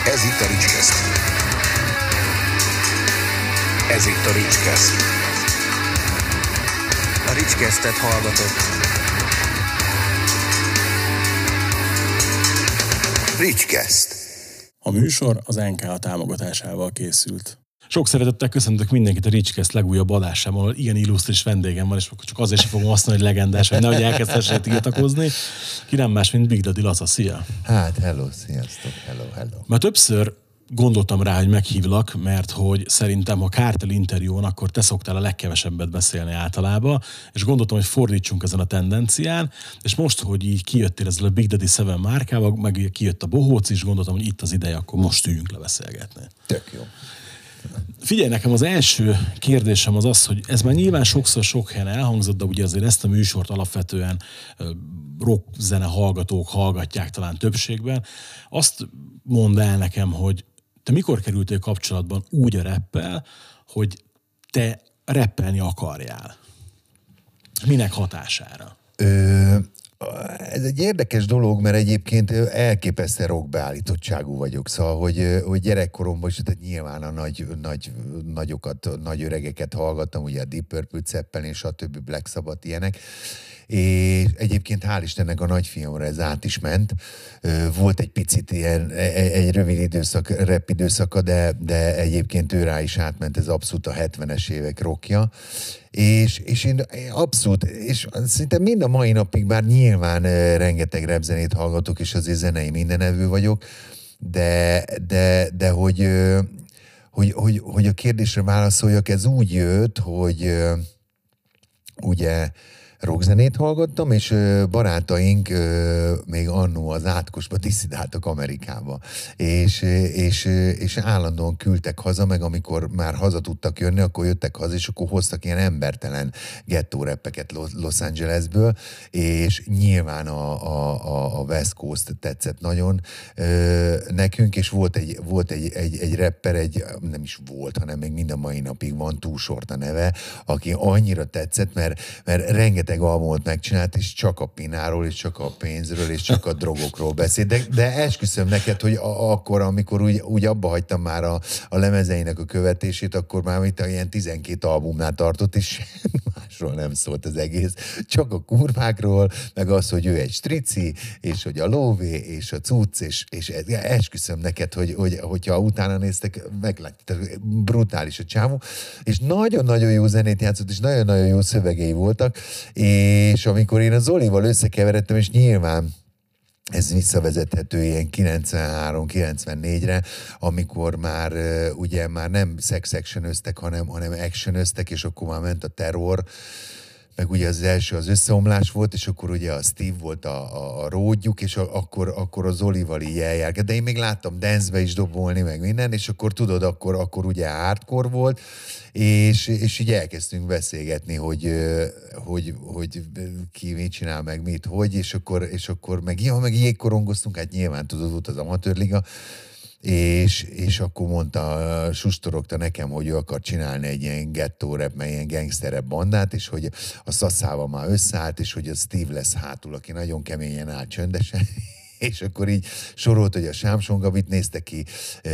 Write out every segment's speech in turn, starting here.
Ez itt a Ricskeszt. Ez itt a Ricskeszt. A Ricskesztet hallgatott. Ricskeszt. A műsor az NK támogatásával készült. Sok szeretettel köszöntök mindenkit a Ricskeszt legújabb adásában, ahol ilyen illusztris vendégem van, és csak azért sem fogom azt mondani, hogy legendás, hogy nehogy elkezdhessék tiltakozni. Ki nem más, mint Big Daddy Laca. Szia! Hát, hello, sziasztok, hello. Mert többször gondoltam rá, hogy meghívlak, mert hogy szerintem, ha Kártel interjúon, akkor te szoktál a legkevesebbet beszélni általában, és gondoltam, hogy fordítsunk ezen a tendencián, és most, hogy így kijöttél ezzel a Big Daddy 7 márkával, meg kijött a bohóc is, gondoltam, hogy itt az ideje, akkor most üljünk le beszélgetni. Tök jó. Figyelj, nekem az első kérdésem az, hogy ez már nyilván sokszor sok helyen elhangzott, de ugye azért ezt a műsort alapvetően rockzene hallgatók hallgatják talán többségben. Azt mondd el nekem, hogy te mikor kerültél kapcsolatban úgy a rappel, hogy te rappelni akarjál? Minek hatására? Ez egy érdekes dolog, mert egyébként elképesztően rockbeállítottságú vagyok, szóval, hogy gyerekkoromban is, tehát nyilván a nagyokat, nagy öregeket hallgattam, ugye a Deep Purple, Zeppelin és a többi, Black Sabbath, ilyenek, és egyébként hál' Istennek a nagyfiamra ez át is ment. Volt egy picit ilyen, egy rövid időszak, rap időszaka, de egyébként ő rá is átment, ez abszolút a 70-es évek rockja. És én abszolút, és szinte mind a mai napig, bár nyilván rengeteg rapzenét hallgatok, és azért zenei mindenevő vagyok, de hogy a kérdésre válaszoljak, ez úgy jött, hogy ugye rockzenét hallgattam, és barátaink még annó az Átkosba diszidáltak Amerikába. És állandóan küldtek haza, meg amikor már haza tudtak jönni, akkor jöttek haza, és akkor hoztak ilyen embertelen gettó-reppeket Los Angelesből, és nyilván a West Coast tetszett nagyon nekünk, és volt egy rapper, nem is volt, hanem még mind a mai napig van, Too Short a neve, aki annyira tetszett, mert rengeteg albumot megcsinált, és csak a pináról, és csak a pénzről, és csak a drogokról beszél. De esküszöm neked, hogy akkor, amikor úgy abba hagytam már a lemezeinek a követését, akkor már itt ilyen 12 albumnál tartott, és másról nem szólt az egész. Csak a kurvákról, meg az, hogy ő egy strici, és hogy a lóvé, és a cucc, és esküszöm neked, hogyha utána néztek, meglátjátok, brutális a csávó, és nagyon-nagyon jó zenét játszott, és nagyon-nagyon jó szövegei voltak, és amikor én a Zolival összekeveredtem, és nyilván ez visszavezethető ilyen 93-94-re, amikor már ugye már nem sex-actionöztek, hanem actionöztek, és akkor már ment a terror, meg ugye az első az összeomlás volt, és akkor ugye a Steve volt a ródjuk, és akkor a Zolival így eljárgat. De én még láttam dance-be is dobolni, meg minden, és akkor tudod, akkor ugye hardcore volt, és így elkezdtünk beszélgetni, hogy ki mit csinál, meg mit, hogy, és akkor meg jégkorongoztunk, hát nyilván tudod, volt az amatőrliga, és akkor mondta, sustorogta nekem, hogy ő akar csinálni egy ilyen gettó rap, meg ilyen gangsterebb bandát, és hogy a Szaszával már összeállt, és hogy a Steve lesz hátul, aki nagyon keményen áll csöndesen, és akkor így sorolt, hogy a Sámson Gabit nézte ki,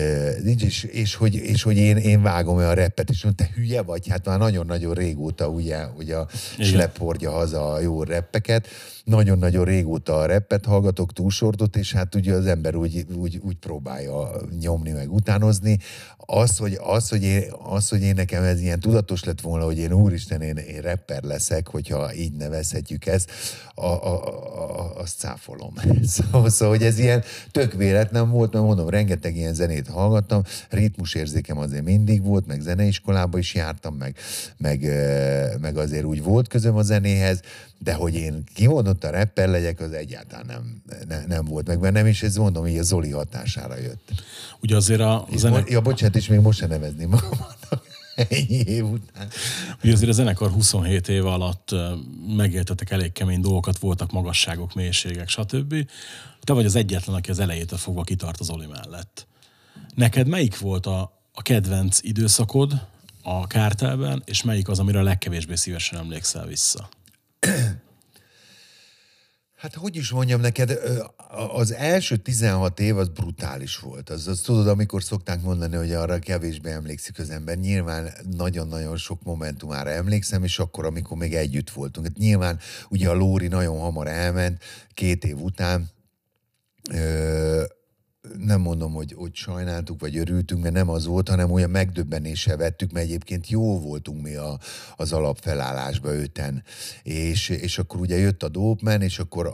és hogy én vágom-e a rappet, és mondta, te hülye vagy? Hát már nagyon-nagyon régóta ugye a Slep hordja haza a jó rappeket, nagyon-nagyon régóta a rappet hallgatok, túlsortot, és hát ugye az ember úgy próbálja nyomni, meg utánozni. Az, hogy én nekem ez ilyen tudatos lett volna, hogy én úristen, én rapper leszek, hogyha így nevezhetjük ezt, azt cáfolom. Szóval, hogy ez ilyen tök véletlen volt, mert mondom, rengeteg ilyen zenét hallgattam, ritmusérzékem azért mindig volt, meg zeneiskolába is jártam, meg azért úgy volt közöm a zenéhez, de hogy én kimondottan rapper legyek, az egyáltalán nem volt meg bennem, és ez mondom, így a Zoli hatására jött. Ugye azért Ja, bocsánat, és még most se nevezném magamat ennyi év után. Ugye azért a zenekar 27 év alatt megéltetek elég kemény dolgokat, voltak magasságok, mélységek, stb. Te vagy az egyetlen, aki az elejétől fogva kitart az Zoli mellett. Neked melyik volt a kedvenc időszakod a Kártelben, és melyik az, amire a legkevésbé szívesen emlékszel vissza? Hát hogy is mondjam neked, az első 16 év az brutális volt. Az tudod, amikor szokták mondani, hogy arra kevésbé emlékszik az ember. Nyilván nagyon-nagyon sok momentumára emlékszem, és akkor, amikor még együtt voltunk. Hát nyilván ugye a Lóri nagyon hamar elment, 2 év után, nem mondom, hogy sajnáltuk, vagy örültünk, mert nem az volt, hanem olyan megdöbbenéssel vettük, mert egyébként jó voltunk mi az alapfelállásba öten. És akkor ugye jött a Dopeman, és akkor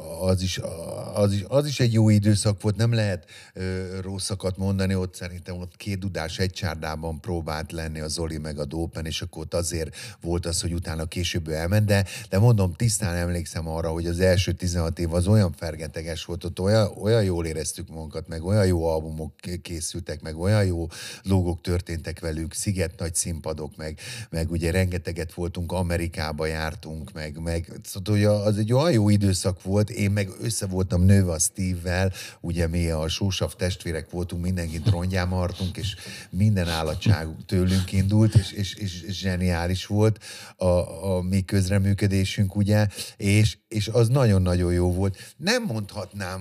az is egy jó időszak volt, nem lehet rosszakat mondani, ott szerintem ott 2 dudás egy csárdában próbált lenni a Zoli meg a Dopeman, és akkor ott azért volt az, hogy utána később elment, de mondom, tisztán emlékszem arra, hogy az első 16 év az olyan fergeteges volt, ott olyan jól éreztük magunkat, meg olyan jó albumok készültek, meg olyan jó logók történtek velük, Sziget nagy színpadok, meg ugye rengeteget voltunk, Amerikába jártunk, meg szóval az egy olyan jó időszak volt, én meg össze voltam nőve a Steve-vel, ugye mi a sósav testvérek voltunk, mindenkit rongyán martunk, és minden állatságuk tőlünk indult, és zseniális volt a mi közreműködésünk, ugye, és az nagyon-nagyon jó volt. Nem mondhatnám,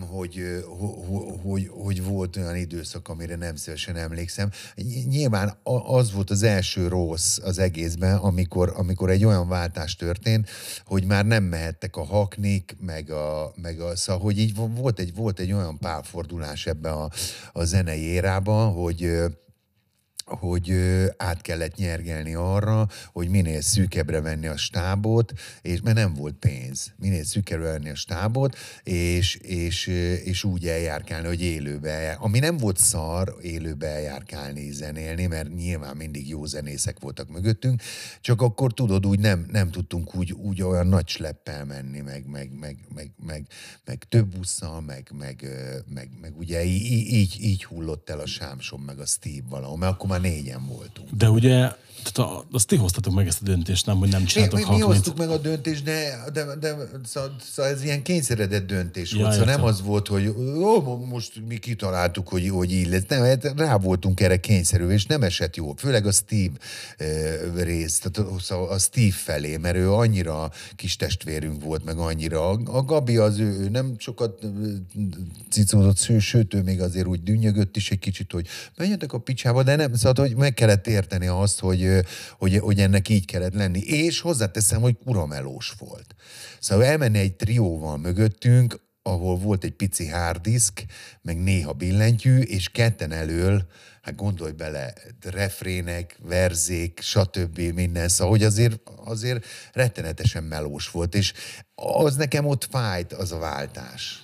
hogy volt olyan időszak, amire nem szívesen emlékszem. Nyilván az volt az első rossz az egészben, amikor egy olyan váltás történt, hogy már nem mehettek a Haknik, szóval, hogy így volt egy olyan pálfordulás ebbe a zenei érában, hogy át kellett nyergelni arra, hogy minél szűkebbre venni a stábot, mert nem volt pénz. Minél szűkebbre venni a stábot, és úgy eljárkálni, hogy élőbe. Ami nem volt szar, élőbe eljárkálni, zenélni, mert nyilván mindig jó zenészek voltak mögöttünk, csak akkor tudod, úgy nem tudtunk úgy olyan nagy sleppel menni, meg több busszal, meg ugye így hullott el a Sámson, meg a Steve valahol, mert akkor már 4-en voltunk. De ugye, azt ti hoztatok meg ezt a döntést, nem, hogy nem csináltok mi hoztuk meg a döntést, de szóval ez ilyen kényszeredett döntés volt. Szóval nem az volt, hogy most mi kitaláltuk, hogy így lesz. Nem, rá voltunk erre kényszerülve, és nem esett jól. Főleg a Steve rész, tehát a Steve felé, mert ő annyira kis testvérünk volt, meg annyira. A Gabi az ő nem sokat cicódott, sőt, ő még azért úgy dünnyögött is egy kicsit, hogy menjetek a picsába, de nem, szóval, hogy meg kellett érteni azt, hogy ennek így kellett lenni. És hozzáteszem, hogy kuramelós volt. Szóval elmenni egy trióval mögöttünk, ahol volt egy pici harddisk, meg néha billentyű, és ketten elől, hát gondolj bele, refrének, verzék, stb. Minden, szóval, hogy azért rettenetesen melós volt, és az nekem ott fájt, az a váltás.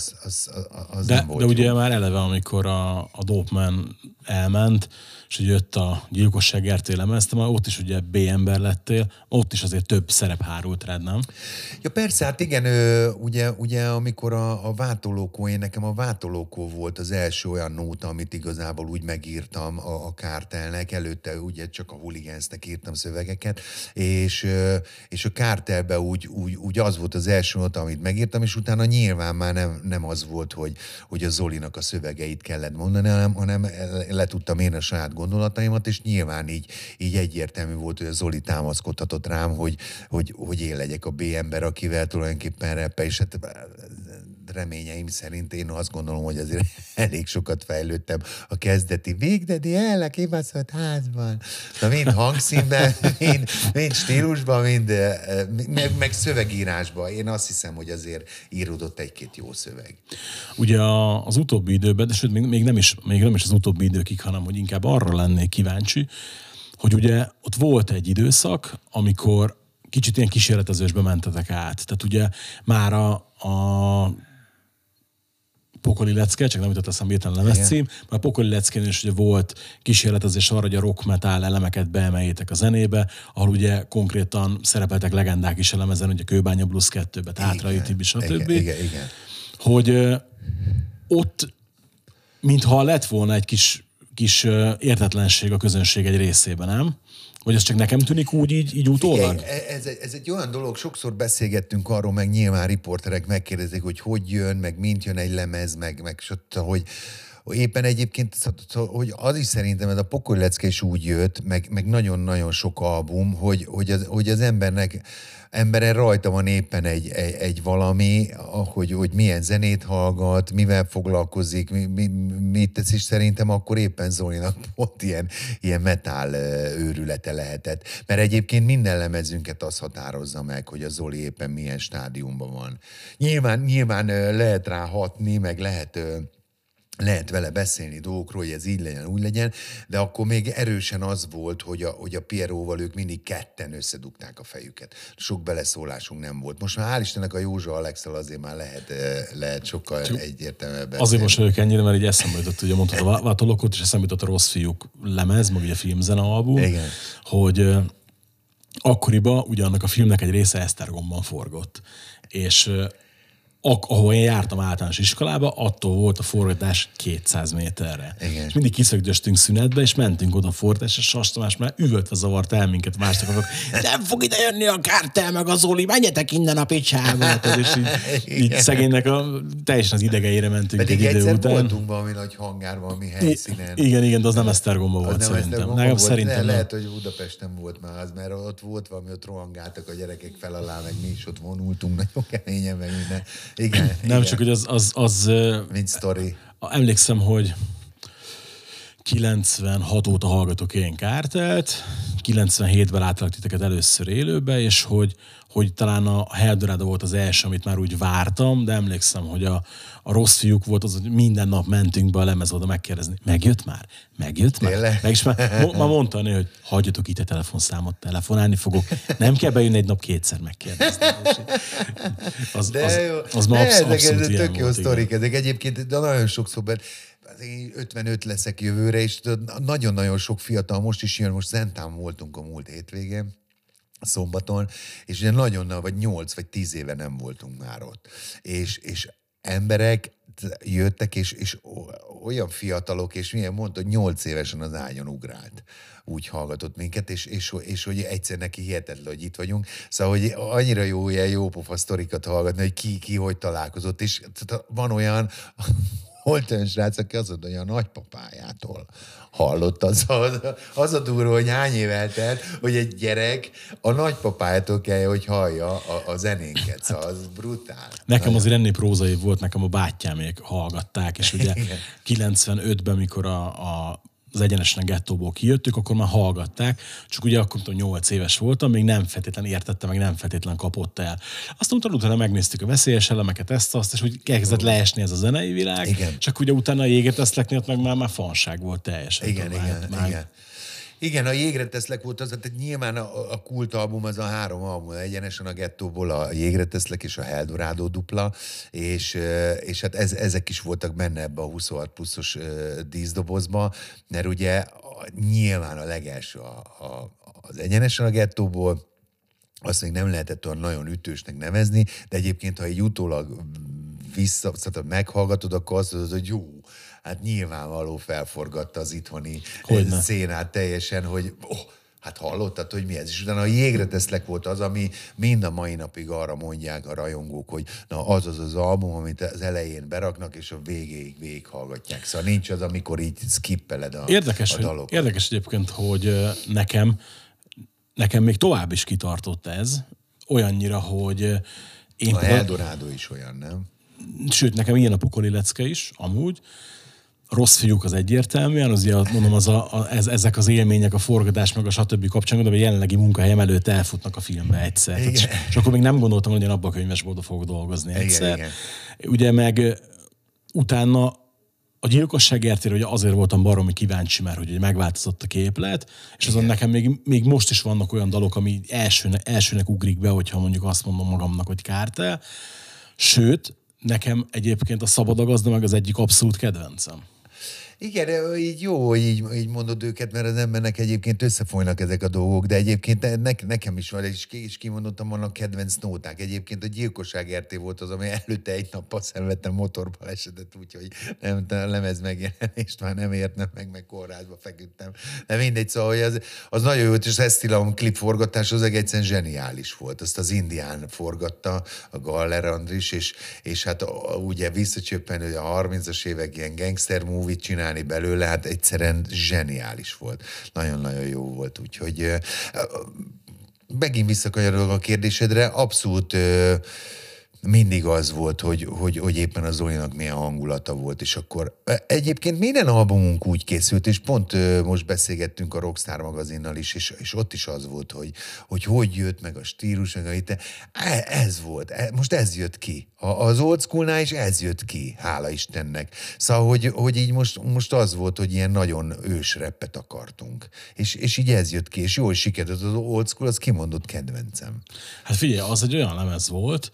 Az nem volt de ugye jó. már eleve, amikor a Dopeman elment, és ugye jött a Gyilkosság RT lemez, már ott is ugye B-ember lettél, ott is azért több szerep hárult rád, nem? Ja persze, hát igen, ugye amikor a Vátolókó, nekem a Vátolókó volt az első olyan nóta, amit igazából úgy megírtam a Kártelnek, előtte ugye csak a Hooligans-nek írtam szövegeket, és a Kártelben úgy az volt az első nóta, amit megírtam, és utána nyilván már nem az volt, hogy a Zolinak a szövegeit kellett mondani, hanem le tudtam én a saját gondolataimat, és nyilván így egyértelmű volt, hogy a Zoli támaszkodhatott rám, hogy én legyek a B-ember, akivel tulajdonképpen reppe, és hát reményeim szerint én azt gondolom, hogy azért elég sokat fejlődtem a kezdeti végdedi el, kibaszott házban. Na, mind hangszínben, mind stílusban, meg szövegírásban. Én azt hiszem, hogy azért íródott egy-két jó szöveg. Ugye az utóbbi időben, de sőt, még nem is az utóbbi időkig, hanem hogy inkább arra lennék kíváncsi, hogy ugye ott volt egy időszak, amikor kicsit ilyen kísérletezésbe mentetek át. Tehát ugye már a Pokoli Lecke, csak nem jutott eszembe hirtelen lemezcím, mert a Pokoli Leckénél is ugye volt kísérletezés arra, hogy a rock metal elemeket beemeljétek a zenébe, ahol ugye konkrétan szerepeltek legendák is a lemezen, ugye Kőbánya Blues 2-be, Tátrai Tibi, stb. Igen. Hogy ott, mintha lett volna egy kis értetlenség a közönség egy részében, nem? Vagy ez csak nekem tűnik úgy így utólag? Ez egy olyan dolog, sokszor beszélgettünk arról, meg nyilván riporterek megkérdezik, hogy jön, meg mint jön egy lemez, meg hogy éppen egyébként, hogy az is szerintem ez a Pokolylecke is úgy jött, meg nagyon-nagyon sok album, hogy az emberen rajta van éppen egy valami, hogy milyen zenét hallgat, mivel foglalkozik, mit tesz, és szerintem akkor éppen Zolinak pont ilyen metal őrülete lehetett. Mert egyébként minden lemezünket az határozza meg, hogy a Zoli éppen milyen stádiumban van. Nyilván lehet rá hatni, meg lehet vele beszélni dolgokról, hogy ez így legyen, úgy legyen, de akkor még erősen az volt, hogy a Pieróval ők mindig ketten összedugták a fejüket. Sok beleszólásunk nem volt. Most már hál' Istennek a Józsa Alexel azért már lehet sokkal egyértelműen beszélni. Azért most vagyok ennyire, mert így eszembe jutott, ugye mondtad a Vátolokot, és eszembe jutott a Rossz fiúk lemez, meg ugye a filmzene album, igen. hogy akkoriban ugye annak a filmnek egy része Esztergomban forgott. És ahol én jártam általános iskolába, attól volt a forgatás 200 méterre. Igen. És mindig kiszögdöstünk szünetbe, és mentünk oda a forgatásra, és Sas Tamás már üvöltve zavart el minket másnak, nem fog ide jönni a Kártel meg az Zoli, menjetek innen a picsába. És így szegénynek teljesen az idegeire mentünk pedig egy idő egyszer után. voltunk valami nagy hangár, valami helyszínen. Igen, de az nem Esztergomban volt szerintem. Szerintem lehet, hogy Budapesten volt már az, mert ott volt valami, ott rohangáltak a gyerekek fel alá, meg mi is ott vonultunk nagyon keményen, meg minden. Igen, nem, csak hogy az mint sztori. Emlékszem, hogy 96 óta hallgatok én Kártelt, 97-ben láttalak titeket először élőbe, és hogy talán a Eldorado volt az első, amit már úgy vártam, de emlékszem, hogy a Rossz fiúk volt az, hogy minden nap mentünk be a lemezóda megkérdezni. Megjött már? Meg is már mondta, hogy hagyjatok itt a telefonszámot, telefonálni fogok. Nem kell bejönni egy nap kétszer megkérdezni. Az ma abszolút ilyen tök jó volt, sztorik ezek. Egyébként de nagyon sokszor én 55 leszek jövőre, és nagyon-nagyon sok fiatal most is jön, most Zentán voltunk a múlt hétvégén, szombaton, és ugye vagy 8 vagy 10 éve nem voltunk már ott. És emberek jöttek, és olyan fiatalok, és milyen mondta, hogy 8 évesen az ágyon ugrált. Úgy hallgatott minket, és hogy egyszer neki hihetetlen, hogy itt vagyunk. Szóval, hogy annyira jó ilyen jópofa sztorikat hallgatni, hogy ki hogy találkozott, és van olyan volt olyan srác, aki azt mondta, hogy a nagypapájától hallotta. Az a durva, hogy hány év eltelt, hogy egy gyerek a nagypapájától kell, hogy hallja a zenénket. Szóval az brutál. Nekem azért ennél prózai volt, nekem a bátyámék hallgatták, és ugye 95-ben, mikor az Egyenesen a gettóból kijöttük, akkor már hallgatták, csak ugye akkor 8 éves voltam, még nem feltétlenül értette, meg nem feltétlenül kapott el. Aztán utána megnéztük a Veszélyes elemeket, ezt, és úgy kezdett leesni ez a zenei világ, igen. Csak ugye utána a Jégre teszleknél meg már fanság volt teljesen. Igen. Igen, a Jégre teszlek volt az, tehát nyilván a kultalbum az a 3 album, Egyenesen a gettóból, a Jégre teszlek és a Eldorado dupla, és hát ezek is voltak benne ebbe a 26 pluszos díszdobozba, mert ugye nyilván a legelső az Egyenesen a gettóból, azt még nem lehetett olyan nagyon ütősnek nevezni, de egyébként, ha így utólag meghallgatod, akkor azt mondod, hogy jó, hát nyilvánvaló felforgatta az itthoni szénát teljesen, hogy hát hallottad, hogy mi ez? És utána a Jégre teszlek volt az, ami mind a mai napig arra mondják a rajongók, hogy na az album, amit az elején beraknak, és a végig hallgatják. Szóval nincs az, amikor így skippeled a dalokat. Érdekes egyébként, hogy nekem még tovább is kitartott ez, olyannyira, hogy én... A Eldorado is olyan, nem? Sőt, nekem ilyen a Pokolylecke is, amúgy. A Rossz fiúk az egyértelműen, az ugye mondom, ezek az élmények, a forgatás, meg a stb. Kapcsán, de a jelenlegi munkahelyem előtt elfutnak a filmbe egyszer. És akkor még nem gondoltam, hogy én abban a könyvesboltban fogok dolgozni egyszer. Igen. Ugye meg utána a Gyilkosságért ugye azért voltam baromi kíváncsi, mert hogy megváltozott a képlet, és azon nekem még most is vannak olyan dalok, ami elsőnek ugrik be, hogyha mondjuk azt mondom magamnak, hogy Kártel. Sőt, nekem egyébként a Szabad a gazda meg az egyik abszolút kedvencem. Igen, így jó, így mondod őket, mert az embernek egyébként összefolynak ezek a dolgok, de egyébként nekem is van, és kimondottam, vannak kedvenc nóták. Egyébként a Gyilkosság RT volt az, ami előtte egy nappal szenvedtem motorbalesetet, úgyhogy nem, a lemez megjelenést már nem értem meg kórházba feküdtem. De mindegy, szóval hogy az nagyon jó, és ezt a klipforgatás az egyszerűen zseniális volt. Azt az Indián forgatta, a Galler Andris, és hát ugye visszacsöppenő a 30-as évek ilyen gangster movie-t csinálni belőle, hát egyszerűen zseniális volt. Nagyon-nagyon jó volt, úgyhogy megint visszakanyarodok a kérdésedre, abszolút mindig az volt, hogy éppen a Zolinak milyen hangulata volt, és akkor egyébként minden albumunk úgy készült, és pont most beszélgettünk a Rockstar magazinnal is, és ott is az volt, hogy jött meg a stílus, meg ez volt, most ez jött ki. Az Old Schoolnál is ez jött ki, hála Istennek. Szóval, hogy így most az volt, hogy ilyen nagyon ős rappet akartunk. És így ez jött ki, és jól sikerült. Az Old School, az kimondott kedvencem. Hát figyelj, az egy olyan lemez volt,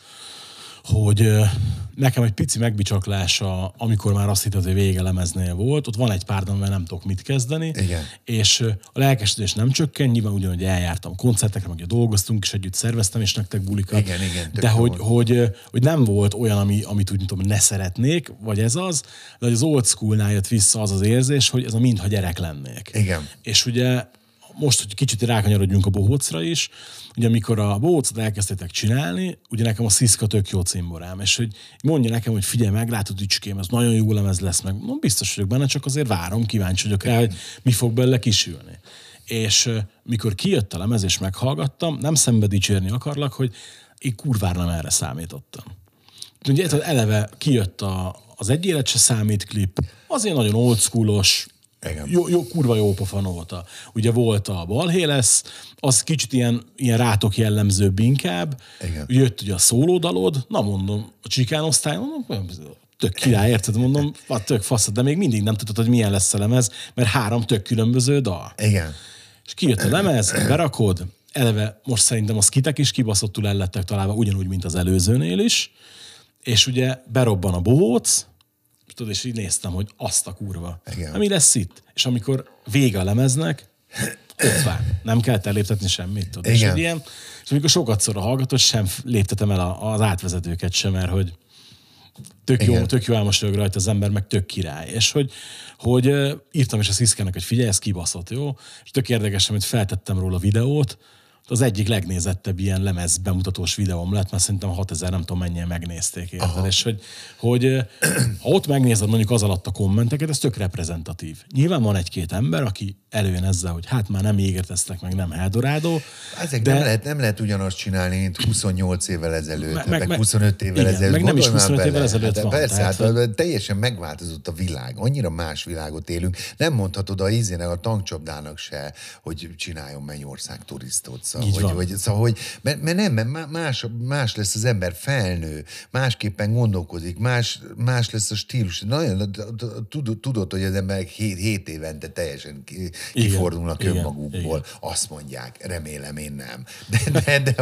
hogy nekem egy pici megbicsaklása, amikor már azt hittem, hogy vége lemeznél volt, ott van egy pár dal, mert nem tudok mit kezdeni, igen. És a lelkesedés nem csökken, nyilván ugyanúgy eljártam koncertekre, meg dolgoztunk, és együtt szerveztem, és nektek bulikat. Igen, de hogy nem volt olyan, amit úgy tudom, ne szeretnék, vagy ez az, de hogy az Old Schoolnál jött vissza az érzés, hogy ez a mintha gyerek lennék. Igen. És ugye most, hogy kicsit rákanyarodjunk a Bohócra is, ugye amikor a Bohócot elkezdtétek csinálni, ugye nekem a Sziszka tök jó cimborám, és hogy mondja nekem, hogy figyelj meg, látod, Ücském, ez nagyon jó lemez lesz, meg mondom, biztos vagyok benne, csak azért várom, kíváncsi vagyok rá, hogy mi fog belőle kisülni. És mikor kijött a lemez, és meghallgattam, nem szembe dicsérni akarlak, hogy én kurvára nem erre számítottam. Ugye eleve kijött az Egy élet se számít klip, azért nagyon old schoolos, jó, kurva jó pofa nóta. Ugye volt a Balhé lesz, az kicsit ilyen rátok jellemzőbb inkább. Igen. Jött ugye a szólódalod, na mondom, a Csikán osztály, mondom, tök király, érted, mondom, tök fasz, de még mindig nem tudtad, hogy milyen lesz a lemez, mert 3 tök különböző dal. Igen. És kijött a lemez, berakod, eleve most szerintem a skitek is kibaszottul el lettek találva, ugyanúgy, mint az előzőnél is, és ugye berobban a Bohóc, tudod, és így néztem, hogy azt a kurva. Igen. Mi lesz itt? És amikor vége a lemeznek, ott vár. Nem kell elléptetni semmit, tudod. És amikor sokatszor hallgatod, sem léptetem el az átvezetőket sem, mert hogy tök jó elmosolyog rajta az ember, meg tök király. És hogy írtam is a Sziszkának, hogy figyelj, ez kibaszott, jó? És tök érdekes, hogy feltettem róla videót, az egyik legnézettebb ilyen lemez bemutatós videóm lett, mert szerintem 6000 nem tudom mennyien megnézték, érted? És hogy ha ott megnézed mondjuk az alatt a kommenteket, ez tök reprezentatív. Nyilván van egy-két ember, aki előjön ezzel, hogy hát már nem Jégertesztek, meg nem Eldorado. Ezek de... nem lehet ugyanazt csinálni, mint 28 évvel ezelőtt, meg 25 évvel ezelőtt. Meg nem is 25 évvel ezelőtt van. Persze, hát teljesen megváltozott a világ. Annyira más világot élünk. Nem mondhatod a tankcsapdának se, hogy csináljon Mennyország turisztot. Szóval, mert más lesz az ember, felnő, másképpen gondolkozik, más lesz a stílus. Nagyon, tudod, hogy az emberek 7 évente teljesen kifordulnak önmagukból. Azt mondják, remélem én nem. De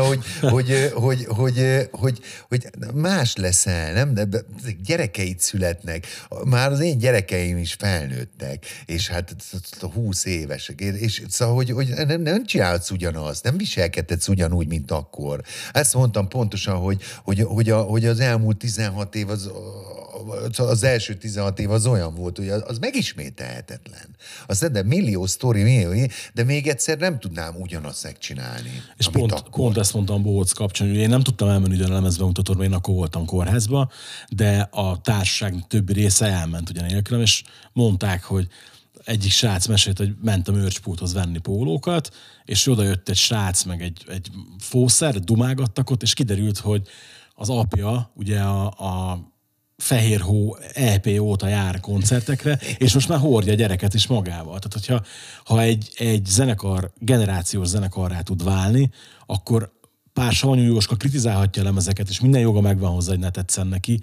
hogy más leszel, nem? De gyerekeid születnek. Már az én gyerekeim is felnőttek, és hát 20 évesek. És szóval, hogy nem csinálsz ugyanazt, nem viselkedhetsz ugyanúgy, mint akkor. Ezt mondtam pontosan, hogy az elmúlt 16 év az első 16 év az olyan volt, hogy az megismételhetetlen. Azt de millió sztori, de még egyszer nem tudnám ugyanazt megcsinálni. És pont ezt mondtam Bohóc kapcsán, hogy én nem tudtam elmenni ugyan a lemezbemutatóra, én akkor voltam kórházba, de a társaság többi része elment ugyan nélkülem, és mondták, hogy egyik srác mesélt, hogy ment a merchpulthoz venni pólókat, és oda jött egy srác, meg egy fószer, dumágattak ott, és kiderült, hogy az apja ugye a Fehér Hó EP óta jár koncertekre, és most már hordja a gyereket is magával. Tehát, ha egy zenekar generációs zenekarrá tud válni, akkor pár savanyú Jóska kritizálhatja a lemezeket, és minden joga megvan hozzá, hogy ne tetszen neki,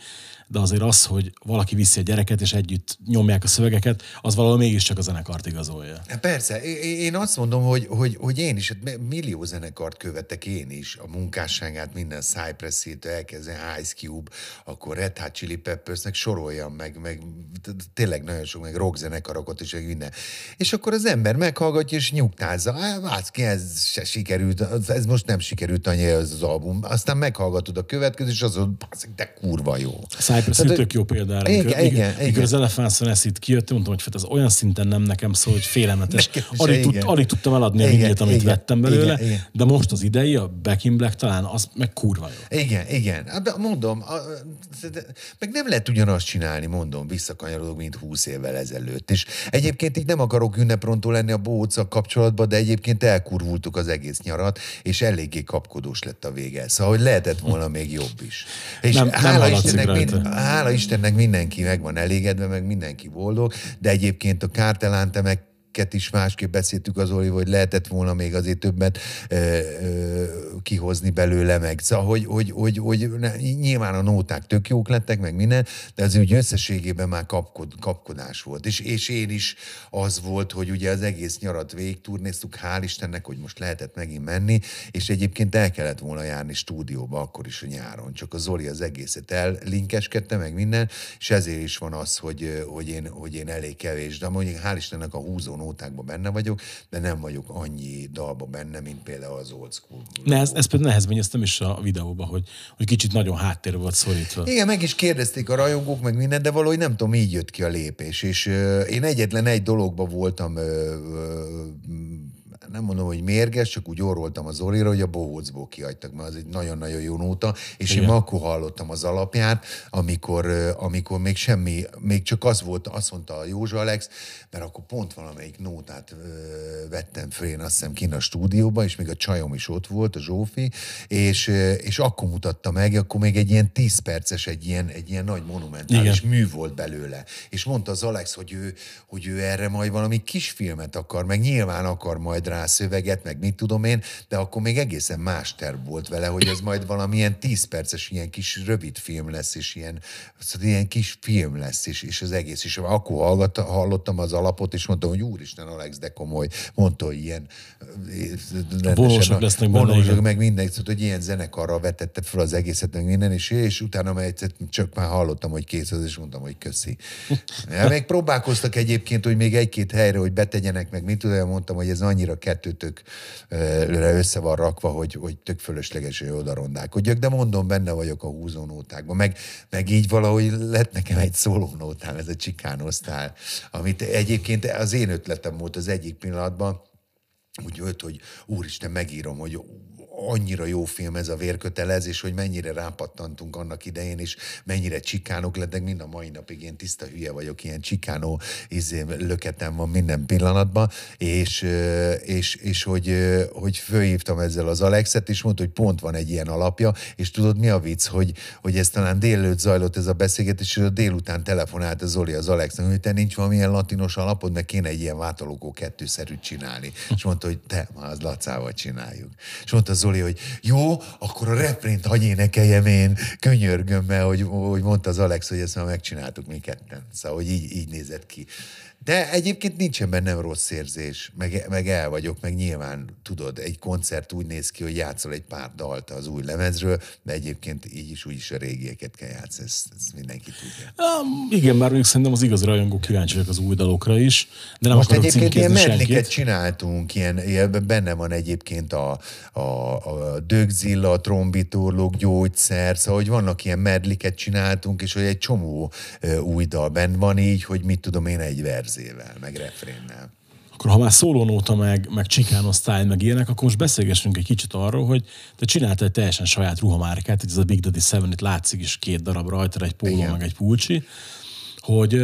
de azért az, hogy valaki viszi a gyereket, és együtt nyomják a szövegeket, az valahol mégiscsak a zenekart igazolja. Persze, én azt mondom, hogy én is, hát millió zenekart követek én is, a munkásságát, minden Cypress-től elkezdve Ice Cube, akkor Red Hot Chili Peppersnek soroljam meg tényleg nagyon sok, meg rockzenekarokat és minden. És akkor az ember meghallgatja és nyugtázza, Vácki, ez se sikerült, ez most nem sikerült annyira az album. Aztán meghallgatod a következő, és azon, de kurva jó. Cypress Hill tök jó példára. Mikor az Elephants on Acid kijött, mondtam, hogy ez olyan szinten nem nekem szól, hogy félelmetes. Alig tudtam eladni a vinyét, amit vettem belőle, de most az idei, a Back in Black talán az meg kurva jó. Igen. Mondom, meg nem lehet ugyanazt csinálni, mondom, visszakanyarodok, mint 20 évvel ezelőtt. És egyébként így nem akarok ünneprontól lenni a bohóccal kapcsolatban, de egyébként elkurvultuk az egész nyarat, és eléggé kapkodós lett a vége. Szóval, hogy lehetett volna még jobb is. És hála Istennek mindenki meg van elégedve, meg mindenki boldog, de egyébként a kártelántemek is másképp beszéltük az Oli, hogy lehetett volna még azért többet kihozni belőle meg. Szóval, hogy nyilván a nóták tök jók lettek, meg minden, de az úgy összességében már kapkodás volt. És én is az volt, hogy ugye az egész nyarat végigturnéztuk, hál' Istennek, hogy most lehetett megint menni, és egyébként el kellett volna járni stúdióba, akkor is a nyáron. Csak az Oli az egészet ellinkeskedte, meg minden, és ezért is van az, hogy én elég kevés, de mondjuk hál' Istennek a húzó nótákban benne vagyok, de nem vagyok annyi dalba benne, mint például az Old School. Ez például nehezményeztem is a videóban, hogy kicsit nagyon háttér volt szorítva. Igen, meg is kérdezték a rajongók, meg minden, de valahogy nem tudom, így jött ki a lépés. És én egyetlen egy dologban voltam nem mondom, hogy mérges, csak úgy orroltam az Zolira, hogy a Bohócból kihagytak, mert az egy nagyon-nagyon jó nóta, és igen. Én akkor hallottam az alapját, amikor még csak az volt, azt mondta a Józsa Alex, mert akkor pont valamelyik nótát vettem föl, én azt hiszem kint a stúdióba, és még a csajom is ott volt, a Zsófi, és akkor mutatta meg, akkor még egy ilyen 10 perces, egy ilyen nagy monumentális mű volt belőle. És mondta az Alex, hogy ő erre majd valami kisfilmet akar, meg nyilván akar majd rá szöveget, meg mit tudom én, de akkor még egészen más terv volt vele, hogy ez majd valamilyen 10 perces ilyen kis rövid film lesz, és ilyen kis film lesz, és az egész. És akkor hallottam az alapot, és mondtam, hogy úristen, Alex, de komoly. Mondta, hogy ilyen vonósak lesznek benne, meg minden, hogy ilyen zenekarra vetette fel az egészet, meg minden, és utána már csak már hallottam, hogy kész az, és mondtam, hogy köszi. Még próbálkoztak egyébként, hogy még egy-két helyre, hogy betegyenek, meg mit tudom, mondtam, hogy ez annyira kettőtökre össze van rakva, hogy tök fölösleges, hogy oda rondálkodjak, de mondom, benne vagyok a húzónótákban. Meg így valahogy lett nekem egy szólónótám, ez a Chicano Style, amit egyébként az én ötletem volt az egyik pillanatban, úgy jött, hogy úristen, megírom, hogy annyira jó film ez a Vérkötelezés, hogy mennyire rápattantunk annak idején, és mennyire csikánok lettek, mind a mai napig én tiszta hülye vagyok, ilyen csikánó löketem van minden pillanatban, és hogy fölhívtam ezzel az Alexet, és mondta, hogy pont van egy ilyen alapja, és tudod mi a vicc, hogy ez talán délelőtt zajlott ez a beszélgetés, és a délután telefonált az Zoli az Alexnek, hogy te nincs valamilyen latinos alapod, meg kéne egy ilyen Vátolókó 2-szerűt csinálni. És mondta, hogy te, már az Lacával csináljuk. És mondta Zoli, hogy jó, akkor a refrént hagyj énekeljem én, könyörgöm, mert hogy mondta az Alex, hogy ezt már megcsináltuk mi ketten. Szóval, hogy így nézett ki. De egyébként nincsen bennem rossz érzés, meg el vagyok, meg nyilván tudod, egy koncert úgy néz ki, hogy játszol egy pár dalt az új lemezről, de egyébként így is úgy is a régieket kell játszani, ezt mindenki tudja. Igen, bár még szerintem az igaz rajongók kíváncsiak az új dalokra is, de nem most akarok egyébként ilyen medliket csináltunk, ilyen, benne van egyébként a dögzilla, a trombitorlók, gyógyszer, szóval, hogy vannak ilyen medliket csináltunk, és hogy egy csomó új dal benne van így, hogy mit tudom én, egy verzével, meg refrénnel. Akkor ha már szólónóta, meg Chicano Style, meg ilyenek, akkor most beszélgessünk egy kicsit arról, hogy te csináltál egy teljesen saját ruhamárkát, ez a Big Daddy 7, itt látszik is 2 darab rajta, egy póló, meg egy pulcsi, hogy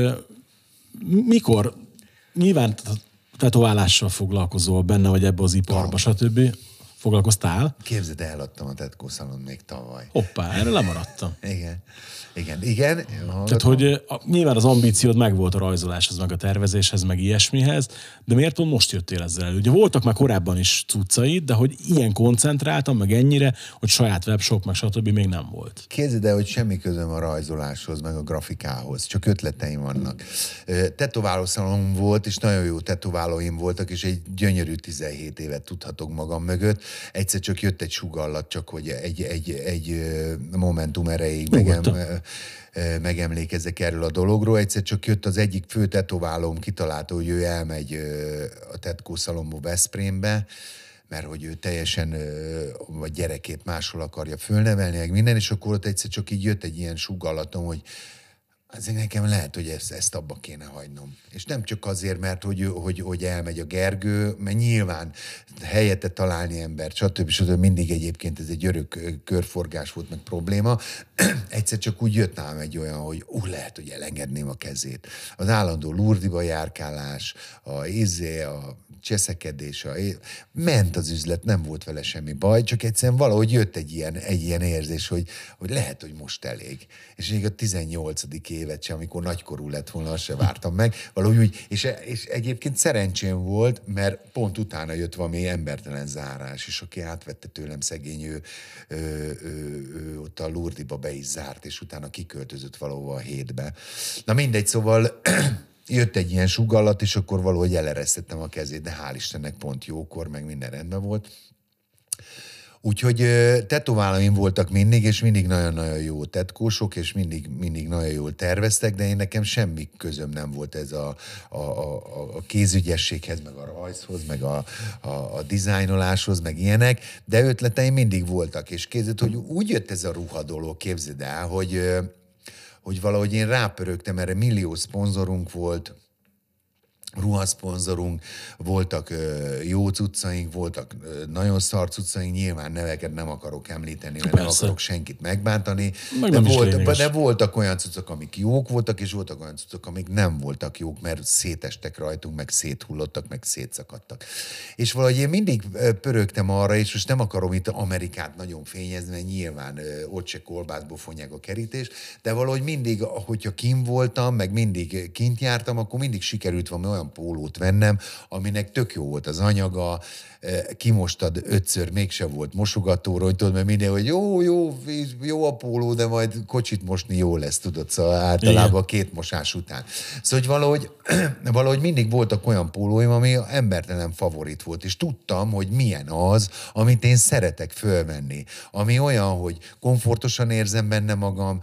mikor, nyilván tetoválással foglalkozol, benne vagy ebbe az iparba, stb. Foglalkoztál? Képzeld, eladtam a tetkószalon még tavaly. Hoppá, erről lemaradtam. Igen. Tehát, hogy nyilván az ambíciód megvolt a rajzoláshoz, meg a tervezéshez, meg ilyesmihez, de miért pont most jöttél ezzel elő? Ugye voltak már korábban is cuccaid, de hogy ilyen koncentráltam, meg ennyire, hogy saját webshop, meg stb. Még nem volt. Képzeld el, hogy semmi közöm a rajzoláshoz, meg a grafikához, csak ötleteim vannak. Tetoválószalon volt, és nagyon jó tetoválóim voltak, és egy gyönyörű 17 évet tudhatok magam mögött. Egyszer csak jött egy sugallat, csak hogy egy momentum erejéig megemlékezzek erről a dologról. Egyszer csak jött az egyik fő tetoválóm, kitalálta, hogy ő elmegy a tetkószalomba Veszprémbe, mert hogy ő teljesen vagy gyerekét máshol akarja fölnevelni, meg minden, és akkor ott egyszer csak így jött egy ilyen sugallatom, hogy azért nekem lehet, hogy ezt abba kéne hagynom. És nem csak azért, mert hogy elmegy a Gergő, mert nyilván helyette találni embert, stb. Mindig egyébként ez egy örök körforgás volt, meg probléma. Egyszer csak úgy jött nálam egy olyan, hogy lehet, hogy elengedném a kezét. Az állandó Lurdiba járkálás, a cseszekedés, ment az üzlet, nem volt vele semmi baj, csak egyszerűen valahogy jött egy ilyen érzés, hogy lehet, hogy most elég. És még a 18. évet sem, amikor nagykorú lett volna, azt se vártam meg. Valahogy úgy, és egyébként szerencsém volt, mert pont utána jött valami embertelen zárás, és aki átvette tőlem szegény, ő ott a Lurdiba be is zárt, és utána kiköltözött valahova a hétbe. Na mindegy, szóval jött egy ilyen sugallat, és akkor valahogy eleresztettem a kezét, de hál' Istennek pont jókor, meg minden rendben volt. Úgyhogy tetoválóim voltak mindig, és mindig nagyon-nagyon jó tetkósok, és mindig nagyon jól terveztek, de én nekem semmi közöm nem volt ez a kézügyességhez, meg a rajzhoz, meg a dizájnoláshoz, meg ilyenek, de ötleteim mindig voltak, és képzeld, hogy úgy jött ez a ruha dolog, képzeld el, hogy valahogy én rápörögtem, erre millió szponzorunk volt, ruhaszponzorunk, voltak jó cuccaink, voltak nagyon szar cuccaink, nyilván neveket nem akarok említeni, mert nem akarok senkit megbántani, de voltak olyan cuccok, amik jók voltak, és voltak olyan cuccok, amik nem voltak jók, mert szétestek rajtunk, meg széthullottak, meg szétszakadtak. És valahogy én mindig pörögtem arra, és most nem akarom itt Amerikát nagyon fényezni, mert nyilván ott se kolbászból fonják a kerítést, de valahogy mindig, hogyha kint voltam, meg mindig kint jártam, akkor mindig sikerült valami olyan pólót vennem, aminek tök jó volt az anyaga, kimostad 5-ször, mégse volt mosogatóra, hogy tudod, mert minden, hogy jó a póló, de majd kocsit mosni jó lesz, tudod, szóval általában 2 mosás után. Szóval, hogy valahogy mindig voltak olyan pólóim, ami embertelen favorit volt, és tudtam, hogy milyen az, amit én szeretek fölvenni. Ami olyan, hogy komfortosan érzem benne magam,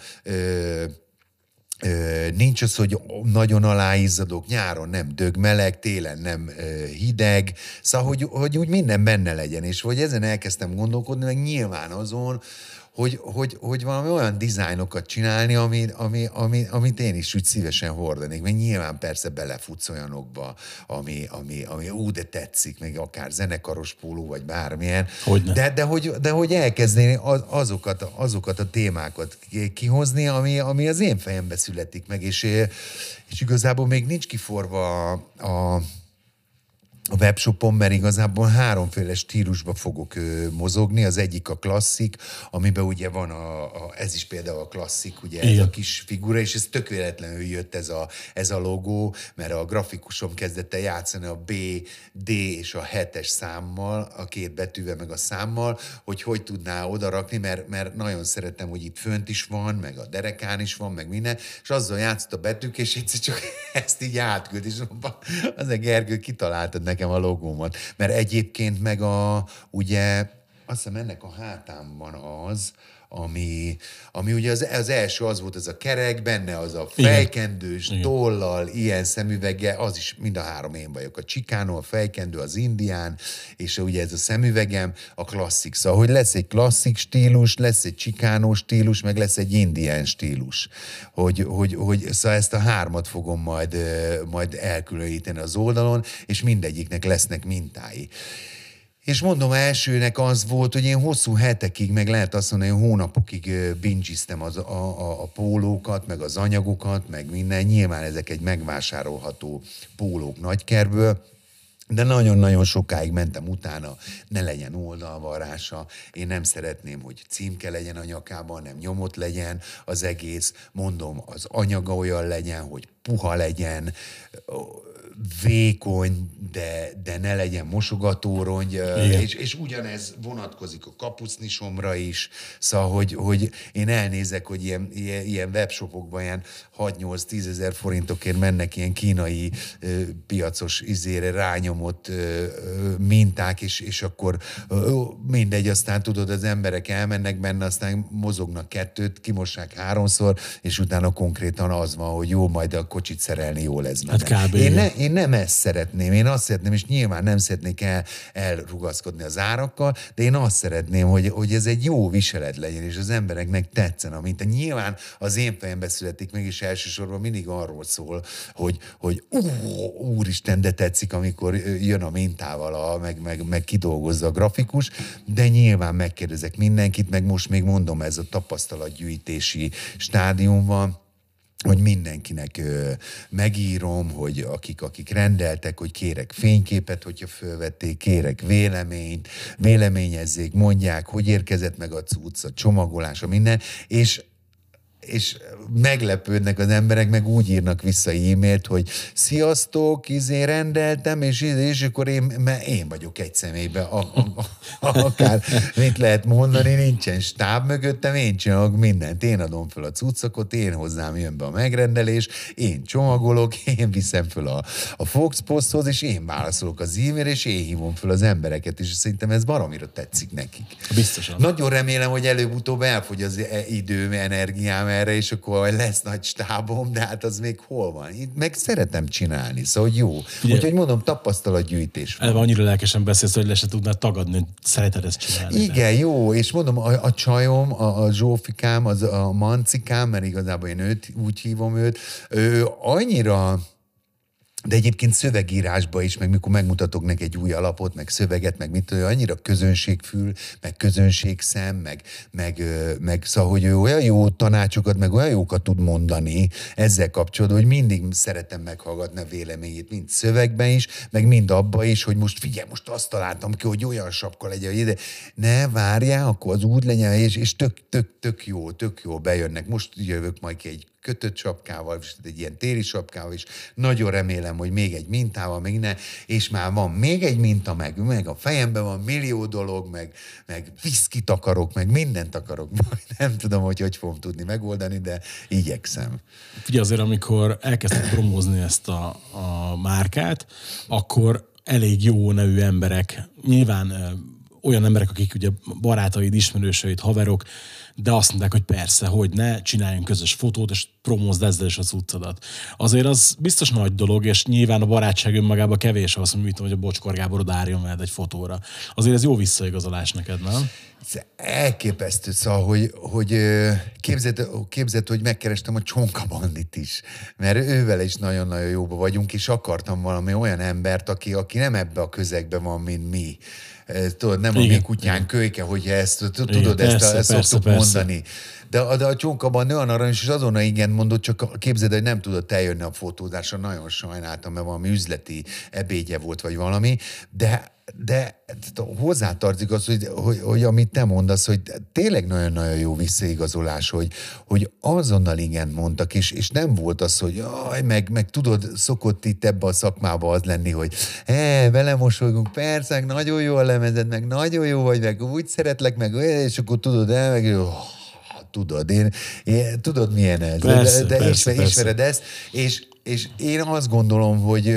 nincs az, hogy nagyon aláizzadok, nyáron nem dögmeleg, télen nem hideg, szóval, hogy úgy minden benne legyen, és hogy ezen elkezdtem gondolkodni, meg nyilván azon, hogy valami olyan dizájnokat csinálni, amit én is úgy szívesen hordanék, mert nyilván persze belefutsz olyanokba, ami de tetszik, meg akár zenekaros póló, vagy bármilyen, de hogy elkezdeni azokat a témákat kihozni, ami az én fejembe születik meg, és igazából még nincs kiforva a webshopon, mert igazából 3 stílusba fogok mozogni. Az egyik a klasszik, amiben ugye van ez is például a klasszik, ugye ez a kis figura, és ez tökéletlenül jött ez a logó, mert a grafikusom kezdett el játszani a B, D és a 7-es számmal, a 2 betűvel meg a számmal, hogy tudná odarakni, mert nagyon szeretem, hogy itt fönt is van, meg a derekán is van, meg minden, és azzal játszott a betűk, és egyszer csak ezt így átküld, és az a Gergő kitaláltad nekem a logómat. Mert egyébként meg ugye azt hiszem ennek a hátán van az, ami ugye az első az volt, ez a kerek, benne az a fejkendős, tollal, ilyen szemüvege, az is mind a 3 én vagyok. A Chicano, a fejkendő, az indián, és ugye ez a szemüvegem, a klasszik. Szóval, hogy lesz egy klasszik stílus, lesz egy Chicano stílus, meg lesz egy indián stílus. Szóval ezt a 3 fogom majd elkülöníteni az oldalon, és mindegyiknek lesznek mintái. És mondom, elsőnek az volt, hogy én hosszú hetekig, meg lehet azt mondani, hogy hónapokig bingiztem a pólókat, meg az anyagokat, meg minden. Nyilván ezek egy megvásárolható pólók Nagykerből, De nagyon-nagyon sokáig mentem utána, ne legyen oldalvarrása, én nem szeretném, hogy címke legyen a nyakában, nem nyomot legyen az egész, mondom, az anyaga olyan legyen, hogy puha legyen, vékony, de ne legyen mosogatórongy, és ugyanez vonatkozik a kapucnisomra is, szóval, hogy én elnézek, hogy ilyen webshopokban ilyen 6-8-10 ezer forintokért mennek ilyen kínai piacos rányomott minták, és akkor mindegy, aztán tudod, az emberek elmennek benne, aztán mozognak 2, kimossák 3-szor, és utána konkrétan az van, hogy jó, majd a kocsit szerelni jó lesz. Hát kb. Én nem ezt szeretném, én azt szeretném, és nyilván nem szeretnék elrugaszkodni az árakkal, de én azt szeretném, hogy ez egy jó viselet legyen, és az embereknek tetszen, amint nyilván az én fejembe születik, mégis elsősorban mindig arról szól, hogy úristen, de tetszik, amikor jön a mintával, meg kidolgozza a grafikus, de nyilván megkérdezek mindenkit, meg most még mondom, ez a tapasztalatgyűjtési stádium van, hogy mindenkinek megírom, hogy akik rendeltek, hogy kérek fényképet, hogyha fölvették, kérek véleményt, véleményezzék, mondják, hogy érkezett meg a cucc, a csomagolása, minden, és meglepődnek az emberek, meg úgy írnak vissza e-mailt, hogy sziasztok, rendeltem, és akkor én vagyok egy személyben, akár mit lehet mondani, nincsen stáb mögöttem, én csinálok mindent, én adom föl a cuccokot, én hozzám jön be a megrendelés, én csomagolok, én viszem föl a Foxposthoz, és én válaszolok az e-mailre, és én hívom föl az embereket, és szerintem ez baromira tetszik nekik. Biztosan. Nagyon remélem, hogy előbb-utóbb elfogy az időm, energiám erre, és akkor lesz nagy stábom, de hát az még hol van? Itt meg szeretem csinálni, szóval jó. Úgyhogy mondom, tapasztalatgyűjtés van. Annyira lelkesen beszélsz, hogy le se tudnád tagadni, hogy szereted ezt csinálni. Igen, de. Jó, és mondom, a csajom, a Zsófikám, a Mancikám, mert igazából én úgy hívom őt, ő annyira... De egyébként szövegírásba is, meg mikor megmutatok neki egy új alapot, meg szöveget, meg mit tudom, annyira közönségfül, meg közönségszem, meg szóval, hogy ő olyan jó tanácsokat, meg olyan jókat tud mondani ezzel kapcsolatban, hogy mindig szeretem meghallgatni a véleményét, mind szövegben is, meg mind abba is, hogy most figyelj, most azt találtam ki, hogy olyan sapka legyen, hogy ide. Ne, várjál, akkor az úgy legyen, és tök jó bejönnek. Most jövök majd ki egy kötött sapkával, egy ilyen téli sapkával, és nagyon remélem, hogy még egy mintával, meg ne, és már van még egy minta, meg a fejemben van millió dolog, meg viszkit akarok, meg mindent akarok, majd nem tudom, hogy fogom tudni megoldani, de igyekszem. Figyelj, azért amikor elkezdtem promózni ezt a márkát, akkor elég jó nevű emberek, nyilván olyan emberek, akik ugye barátaid, ismerőseid, haverok, de azt mondták, hogy persze, hogy ne, csináljunk közös fotót, és promózd ezzel is az utcadat. Azért az biztos nagy dolog, és nyilván a barátság önmagában kevés az, hogy mit tudom, hogy a Bocskor Gábor odárjon veled egy fotóra. Azért ez jó visszaigazolás neked, nem? Ez elképesztő, szóval, hogy képzeld, hogy megkerestem a Csonka Bandit is, mert ővel is nagyon-nagyon jóba vagyunk, és akartam valami olyan embert, aki nem ebbe a közegben van, mint mi. Tudod, nem igen, a mi kutyán kölyke, hogyha ezt tudod, igen, ezt szoktuk mondani. De a Csonkaban olyan aranyos, és azonnal igen mondott, csak képzeld, hogy nem tudott eljönni a fotózásra, nagyon sajnáltam, mert valami üzleti ebédje volt, vagy valami, de hozzátartozik az, hogy amit te mondasz, hogy tényleg nagyon-nagyon jó visszaigazolás, hogy azonnal igen mondtak, és nem volt az, hogy jaj, meg tudod, szokott itt ebbe a szakmába az lenni, hogy vele mosolygunk, persze, nagyon jó a lemezed, meg nagyon jó vagy, meg úgy szeretlek, meg és akkor tudod, meg tudod, én tudod milyen ez, persze, de persze. ismered ezt, és én azt gondolom,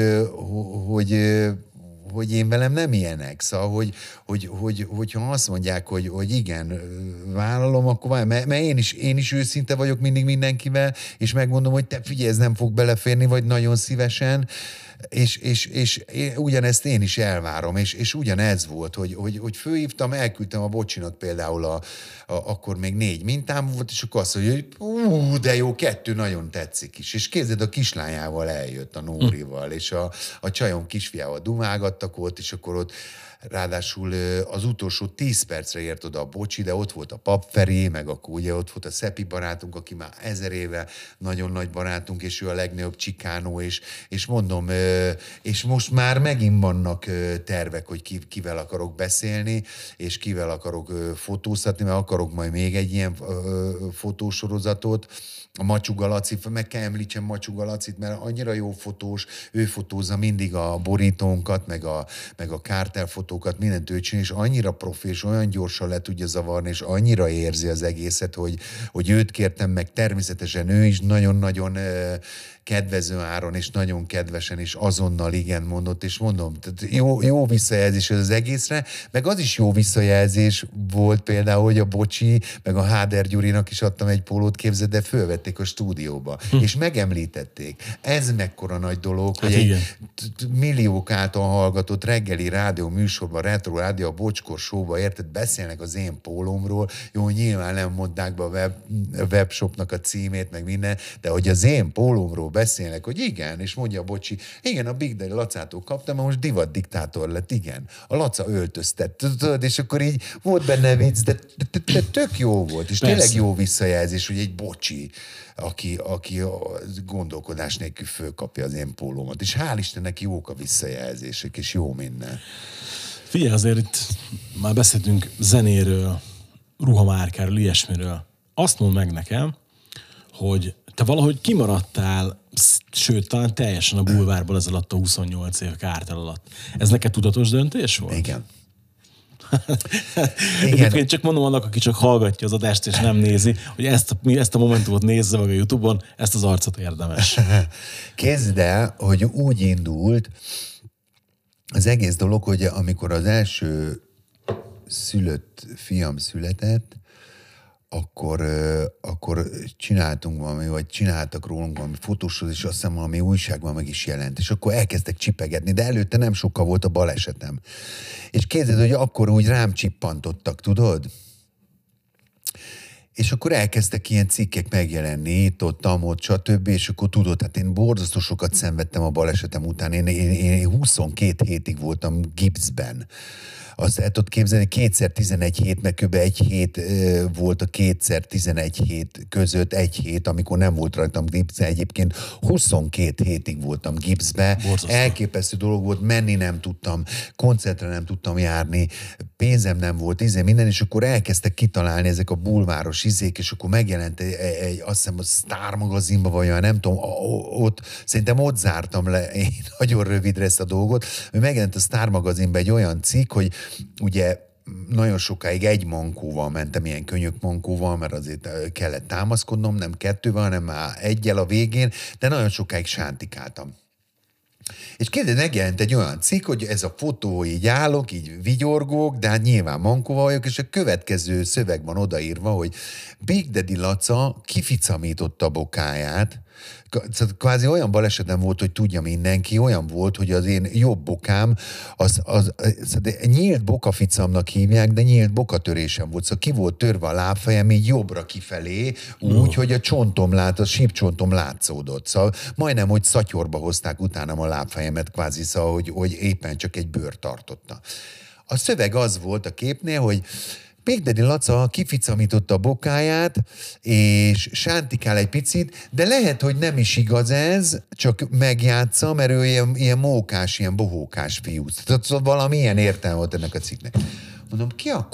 hogy én velem nem ilyenek, szóval, hogyha azt mondják, hogy igen, vállalom, akkor mert én is őszinte vagyok mindig mindenkivel, és megmondom, hogy te figyelj, ez nem fog beleférni, vagy nagyon szívesen, és ugyanezt én is elvárom, és ugyanez volt, hogy fölhívtam, elküldtem a Bocsinak például akkor még 4 mintám volt, és akkor azt mondja, hogy de jó, 2 nagyon tetszik is. És képzeld, a kislányával eljött, a Nórival, és a csajom kisfiával dumálgattak ott, és akkor ott ráadásul az utolsó 10 percre ért oda a Bocsi, de ott volt a Pap Feri, meg akkor ugye ott volt a Szepi barátunk, aki már 1000 éve nagyon nagy barátunk, és ő a legnagyobb csikánó, és mondom, és most már megint vannak tervek, hogy kivel akarok beszélni, és kivel akarok fotóztatni, mert akarok majd még egy ilyen fotósorozatot. A Macsuga Laci, meg kell említsem Macsuga Lacit, mert annyira jó fotós, ő fotózza mindig a borítónkat, meg a kártelfotókat, mindent ő csinál, és annyira profi, és olyan gyorsan le tudja zavarni, és annyira érzi az egészet, hogy őt kértem meg, természetesen ő is nagyon-nagyon kedvező áron, és nagyon kedvesen, és azonnal igen mondott, és mondom, tehát jó visszajelzés az egészre, meg az is jó visszajelzés volt például, hogy a Bocsi, meg a Háder Gyurinak is adtam egy pólót, képzeld, de fölvették a stúdióba, és megemlítették. Ez mekkora nagy dolog, hogy egy milliók által hallgatott reggeli rádió műsorban, Retro Rádió, a Bocskor Showba, érted, beszélnek az én pólómról, jó, nyilván nem mondták be a webshopnak a címét, meg minden, de hogy az én pólómról beszélnek, hogy igen, és mondja a Bocsi, igen, a Big Daddy Lacától kaptam, most divat diktátor lett, igen. A Laca öltöztet, tudod, és akkor így volt benne vicc, de tök jó volt, és tényleg jó visszajelzés, hogy egy Bocsi, aki a gondolkodás nélkül fölkapja az én pólómat, és hál' Istennek jók a visszajelzések, és jó minden. Figyelj, azért itt már beszéltünk zenéről, ruhamárkáról, ilyesmiről. Azt mondd meg nekem, hogy te valahogy kimaradtál, sőt, talán teljesen a bulvárból ez alatt a 28 év kártel alatt. Ez neked tudatos döntés volt? Igen. Egyébként csak mondom annak, aki csak hallgatja az adást és nem nézi, hogy ezt a momentumot nézze meg a YouTube-on, ezt az arcot érdemes. Kezd el, hogy úgy indult az egész dolog, hogy amikor az első szülött fiam született, akkor csináltunk valami, vagy csináltak rólunk valami fotóshoz, és azt hiszem valami újságban meg is jelent. És akkor elkezdtek csipegetni, de előtte nem sokkal volt a balesetem. És képzeld, hogy akkor úgy rám csippantottak, tudod? És akkor elkezdtek ilyen cikkek megjelenni, ott, stb. És akkor tudod, hát én borzasztó sokat szenvedtem a balesetem után. Én 22 hétig voltam gipszben. Azt el tudod képzelni, 2x11 hét, meg kb. Egy hét volt a 2x11 hét között, egy hét, amikor nem volt rajtam gipszbe. Egyébként 22 hétig voltam gipszbe. Elképesztő dolog volt, menni nem tudtam, koncertre nem tudtam járni, pénzem nem volt, minden, és akkor elkezdtek kitalálni ezek a bulváros izék, és akkor megjelent azt hiszem, a Star magazinban, vagy nem tudom, szerintem ott zártam le én nagyon rövidre ezt a dolgot, hogy megjelent a Star magazinban egy olyan cikk, hogy ugye nagyon sokáig egy mankóval mentem, ilyen könyök mankóval, mert azért kellett támaszkodnom, nem kettővel, hanem már egyel a végén, de nagyon sokáig sántikáltam. És kérdez, megjelent egy olyan cikk, hogy ez a fotó, így állok, így vigyorgok, de hát nyilván mankóval vagyok, és a következő szöveg van odaírva, hogy Big Daddy Laca kificamította a bokáját, kvázi olyan balesetem volt, hogy tudja mindenki, olyan volt, hogy az én jobb bokám, nyílt bokaficamnak hívják, de nyílt bokatörésem volt. Szóval ki volt törve a lábfejem így jobbra kifelé, úgy, hogy a csontom a sípcsontom látszódott. Szóval majdnem, hogy szatyorba hozták utánam a lábfejemet, kvázi, szóval, hogy éppen csak egy bőr tartotta. A szöveg az volt a képnél, hogy Big Daddy Laca kificamította a bokáját, és sántikál egy picit, de lehet, hogy nem is igaz ez, csak megjátsza, mert ő ilyen mókás, ilyen bohókás fiú. Tehát valami ilyen értelme volt ennek a cikknek. Mondom, ki a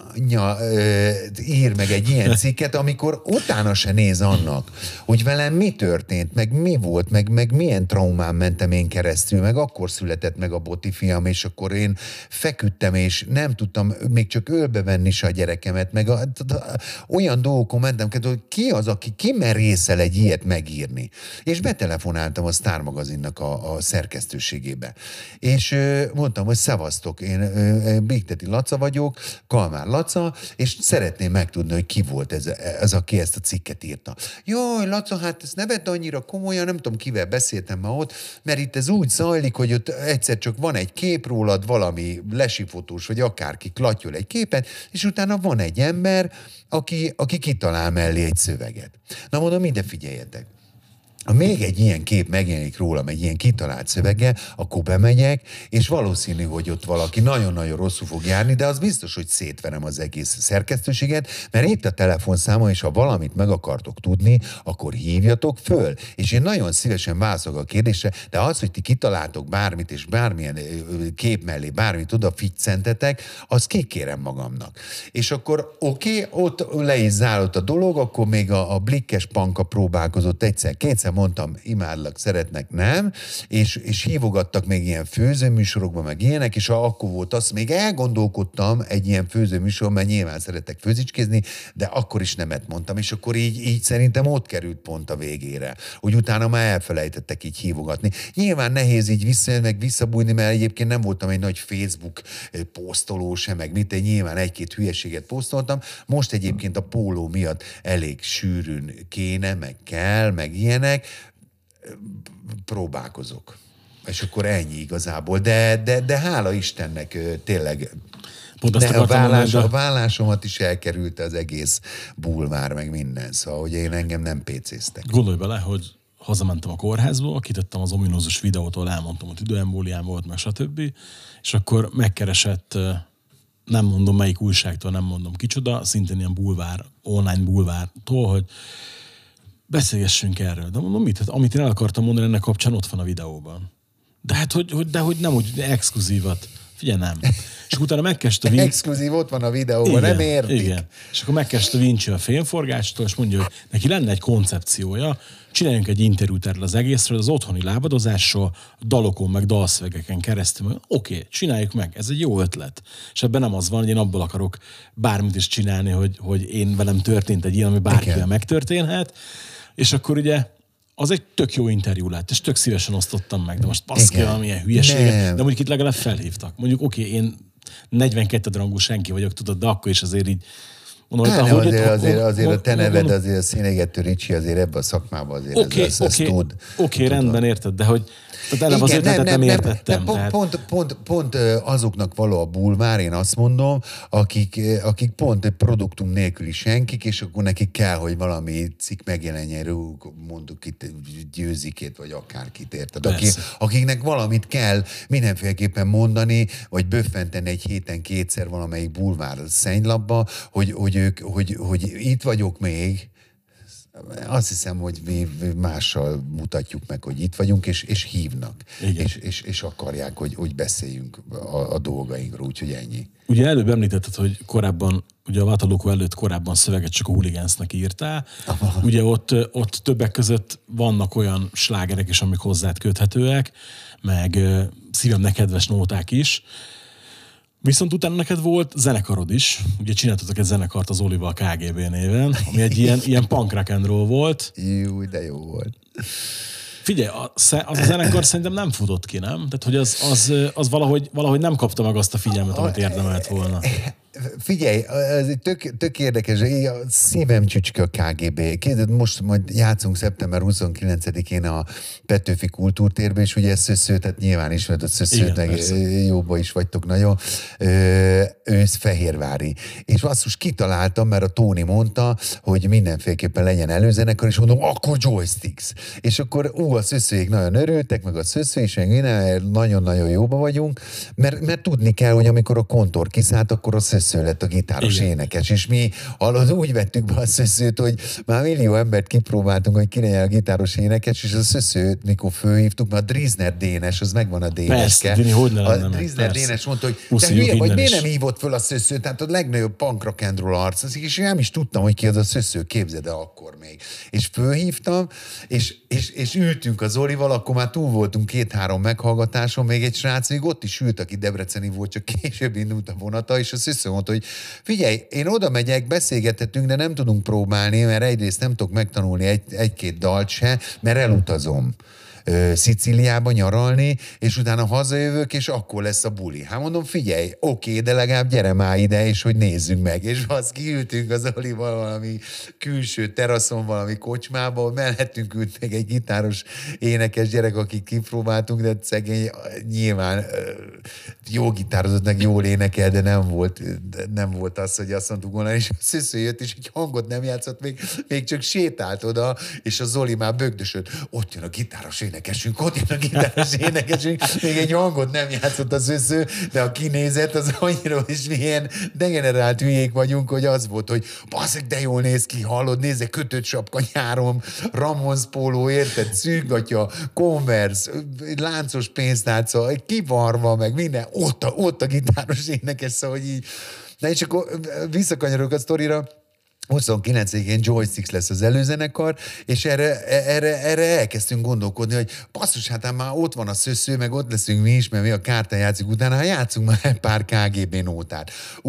ír meg egy ilyen cikket, amikor utána se néz annak, hogy velem mi történt, meg mi volt, meg milyen traumán mentem én keresztül, meg akkor született meg a Boti fiam, és akkor én feküdtem, és nem tudtam még csak ölbe venni se a gyerekemet, meg olyan dolgokon mentem, hogy ki az, aki kimerészel egy ilyet megírni. És betelefonáltam a Star magazinnak a szerkesztőségébe. És mondtam, hogy szevasztok, én Big Daddy Laca vagyok, Kalmár Laca, és szeretném megtudni, hogy ki volt ez aki ezt a cikket írta. Jaj, Laca, hát ezt ne vedd annyira komolyan, nem tudom, kivel beszéltem ma ott, mert itt ez úgy zajlik, hogy ott egyszer csak van egy kép rólad, valami lesifotós, vagy akárki klatyol egy képet, és utána van egy ember, aki kitalál mellé egy szöveget. Na mondom, ide figyeljetek. ha még egy ilyen kép megjelenik rólam, egy ilyen kitalált szöveggel, akkor bemegyek, és valószínű, hogy ott valaki nagyon-nagyon rosszul fog járni, de az biztos, hogy szétverem az egész szerkesztőséget, mert itt a telefonszámom, és ha valamit meg akartok tudni, akkor hívjatok föl. És én nagyon szívesen válaszolok a kérdésre, de az, hogy ti kitaláltok bármit, és bármilyen kép mellé bármit oda ficcentetek, azt kikérem magamnak. És akkor oké, ott le is zárult a dolog, akkor még a Blikkes Panka próbálkozott egyszer-kétszer, mondtam, imádlak, szeretnek, nem, és hívogattak még ilyen főzőműsorokban, meg ilyenek, és akkor volt az, még elgondolkodtam egy ilyen főzőműsorban, mert nyilván szeretek főzicskézni, de akkor is nemet mondtam, és akkor így szerintem ott került pont a végére, hogy utána már elfelejtettek így hívogatni. Nyilván nehéz így visszabújni, mert egyébként nem voltam egy nagy Facebook posztoló sem, meg mit, nyilván egy-két hülyeséget posztoltam, most egyébként a póló miatt elég sűrűn kéne, meg kell, meg ilyenek, próbálkozok. És akkor ennyi igazából. De hála Istennek tényleg a vállásomat is elkerült az egész bulvár, meg minden. Szóval, hogy engem nem pécéztek. Gondolj bele, hogy hazamentem a kórházból, kitettem az ominózus videót, ahol elmondtam, hogy tüdőembóliám volt, meg stb. És akkor megkeresett, nem mondom melyik újságtól, nem mondom kicsoda, szintén ilyen bulvár, online bulvártól, hogy beszélgessünk erről. De mondom, mit? Hát, amit én el akartam mondani ennek kapcsán, ott van a videóban. De hát, hogy nem úgy exkluzívat. Figyelj, nem. És utána megkezdte a exkluzív ott van a videóban, igen, nem értik. Igen. És akkor megkezdte Vinci a fényforgástól, és mondja, hogy neki lenne egy koncepciója, csináljunk egy interjút erről az egészről, az otthoni lábadozásról, dalokon, meg dalszövegeken keresztül. Oké, csináljuk meg, ez egy jó ötlet. És ebben nem az van, hogy én abból akarok bármit is csinálni, hogy én velem történt egy ilyen, ami bárkivel megtörténhet. És akkor ugye az egy tök jó interjú lett, és tök szívesen osztottam meg, de most baszki valamilyen hülyeséget, de mondjuk itt legalább felhívtak. Mondjuk oké, én 42 rangú senki vagyok, tudod, de akkor is azért így mondom, azért a te neved, azért a Szénégető Ricsi azért ebben a szakmában azért ezt tud. Oké, rendben, érted, de hogy az ötletet nem értettem. Pont azoknak való a bulvár, én azt mondom, akik pont egy produktum nélküli senkik, és akkor nekik kell, hogy valami cikk megjelenjen, mondjuk itt Győzikét, vagy akárkit, érted? Akiknek valamit kell mindenféleképpen mondani, vagy böffenteni egy héten kétszer valamelyik bulvár szennylapba, hogy itt vagyok még. Azt hiszem, hogy mi mással mutatjuk meg, hogy itt vagyunk, és hívnak. És akarják, hogy beszéljünk a dolgainkról, úgyhogy ennyi. Ugye előbb említetted, hogy korábban, ugye a Vatalókó előtt korábban szöveget csak a Hooligans-nak írtál. Ugye ott többek között vannak olyan slágerek is, amik hozzád köthetőek, meg szívemnek kedves nóták is. Viszont utána neked volt zenekarod is. Ugye csináltatok egy zenekart az Olival KGB néven, ami egy ilyen punk rock and roll volt. Jó, de jó volt. Figyelj, az a zenekar szerintem nem futott ki, nem? Tehát, hogy az valahogy nem kapta meg azt a figyelmet, amit érdemelt volna. Figyelj, ez egy tök érdekes, a szívem csücske a KGB. Képzeld, most majd játszunk szeptember 29-én a Petőfi Kultúrtérben, és ugye Szössző, tehát nyilván ismert a Szösszőnek, jóba is vagytok nagyon, ősz fehérvári. És basszus kitaláltam, mert a Tóni mondta, hogy mindenféleképpen legyen előzenekar, és mondom, akkor Joysticks. És akkor a Szösszőjék nagyon örültek, meg a Szössző is, nagyon-nagyon jóba vagyunk, mert tudni kell, hogy amikor a kontor kiszállt, akkor a Szössző lett a gitáros énekes, és mi úgy vettük be a Szösszőt, hogy már millió embert kipróbáltunk, hogy ki legyen a gitáros énekes, és a Szösszőt, mikor fölhívtuk, mert a Drizner Dénes, az megvan a Déneske. Persze, Dini, hogy ne lenne a Drizner Dénes mondta, hogy te hülye vagy, miért nem hívott föl a Szösszőt, tehát a legnagyobb punk rock and roll arc, és nem is tudtam, hogy ki az a Szössző, képzeld el akkor még. És fölhívtam, és ültünk az Zolival, akkor már túl voltunk 2-3 meghallgatáson, még egy srác még ott is ült, aki debreceni volt, csak később indult a vonata, és a Szössző mondta, hogy figyelj, én oda megyek, beszélgethetünk, de nem tudunk próbálni, mert egyrészt nem tudok megtanulni egy-két dalt se, mert elutazom. Szicíliába nyaralni, és utána hazajövök, és akkor lesz a buli. Hát mondom, figyelj, oké, de legalább gyere már ide, és hogy nézzünk meg. És azt kiültünk az Olival valami külső teraszon, valami kocsmába, mellettünk ült még egy gitáros énekes gyerek, akit kipróbáltunk, de szegény nyilván jó gitározott, meg jól énekel, de nem volt az, hogy azt mondtuk volna, és Szösző jött, és egy hangot nem játszott, még csak sétált oda, és a Zoli már bögdösöd. Ott jön a gitáros énekesünk, még egy hangot nem játszott a Szösző, de a kinézet az annyira, és milyen degenerált hülyék vagyunk, hogy az volt, hogy baszeg, de jól néz ki, hallod, nézze, kötött sapka nyárom, Ramones póló, érted, szűkgatya, Converse, láncos pénztárca, kivarva, meg minden, ott a gitáros énekes, szóval, hogy így. Na és akkor visszakanyarok a sztorira, 29-én Joysticks lesz az előzenekar, és erre elkezdtünk gondolkodni, hogy basszus, hát már ott van a Szösző, meg ott leszünk mi is, mert mi a kártán játszik utána, hát játszunk már egy pár KGB nótát.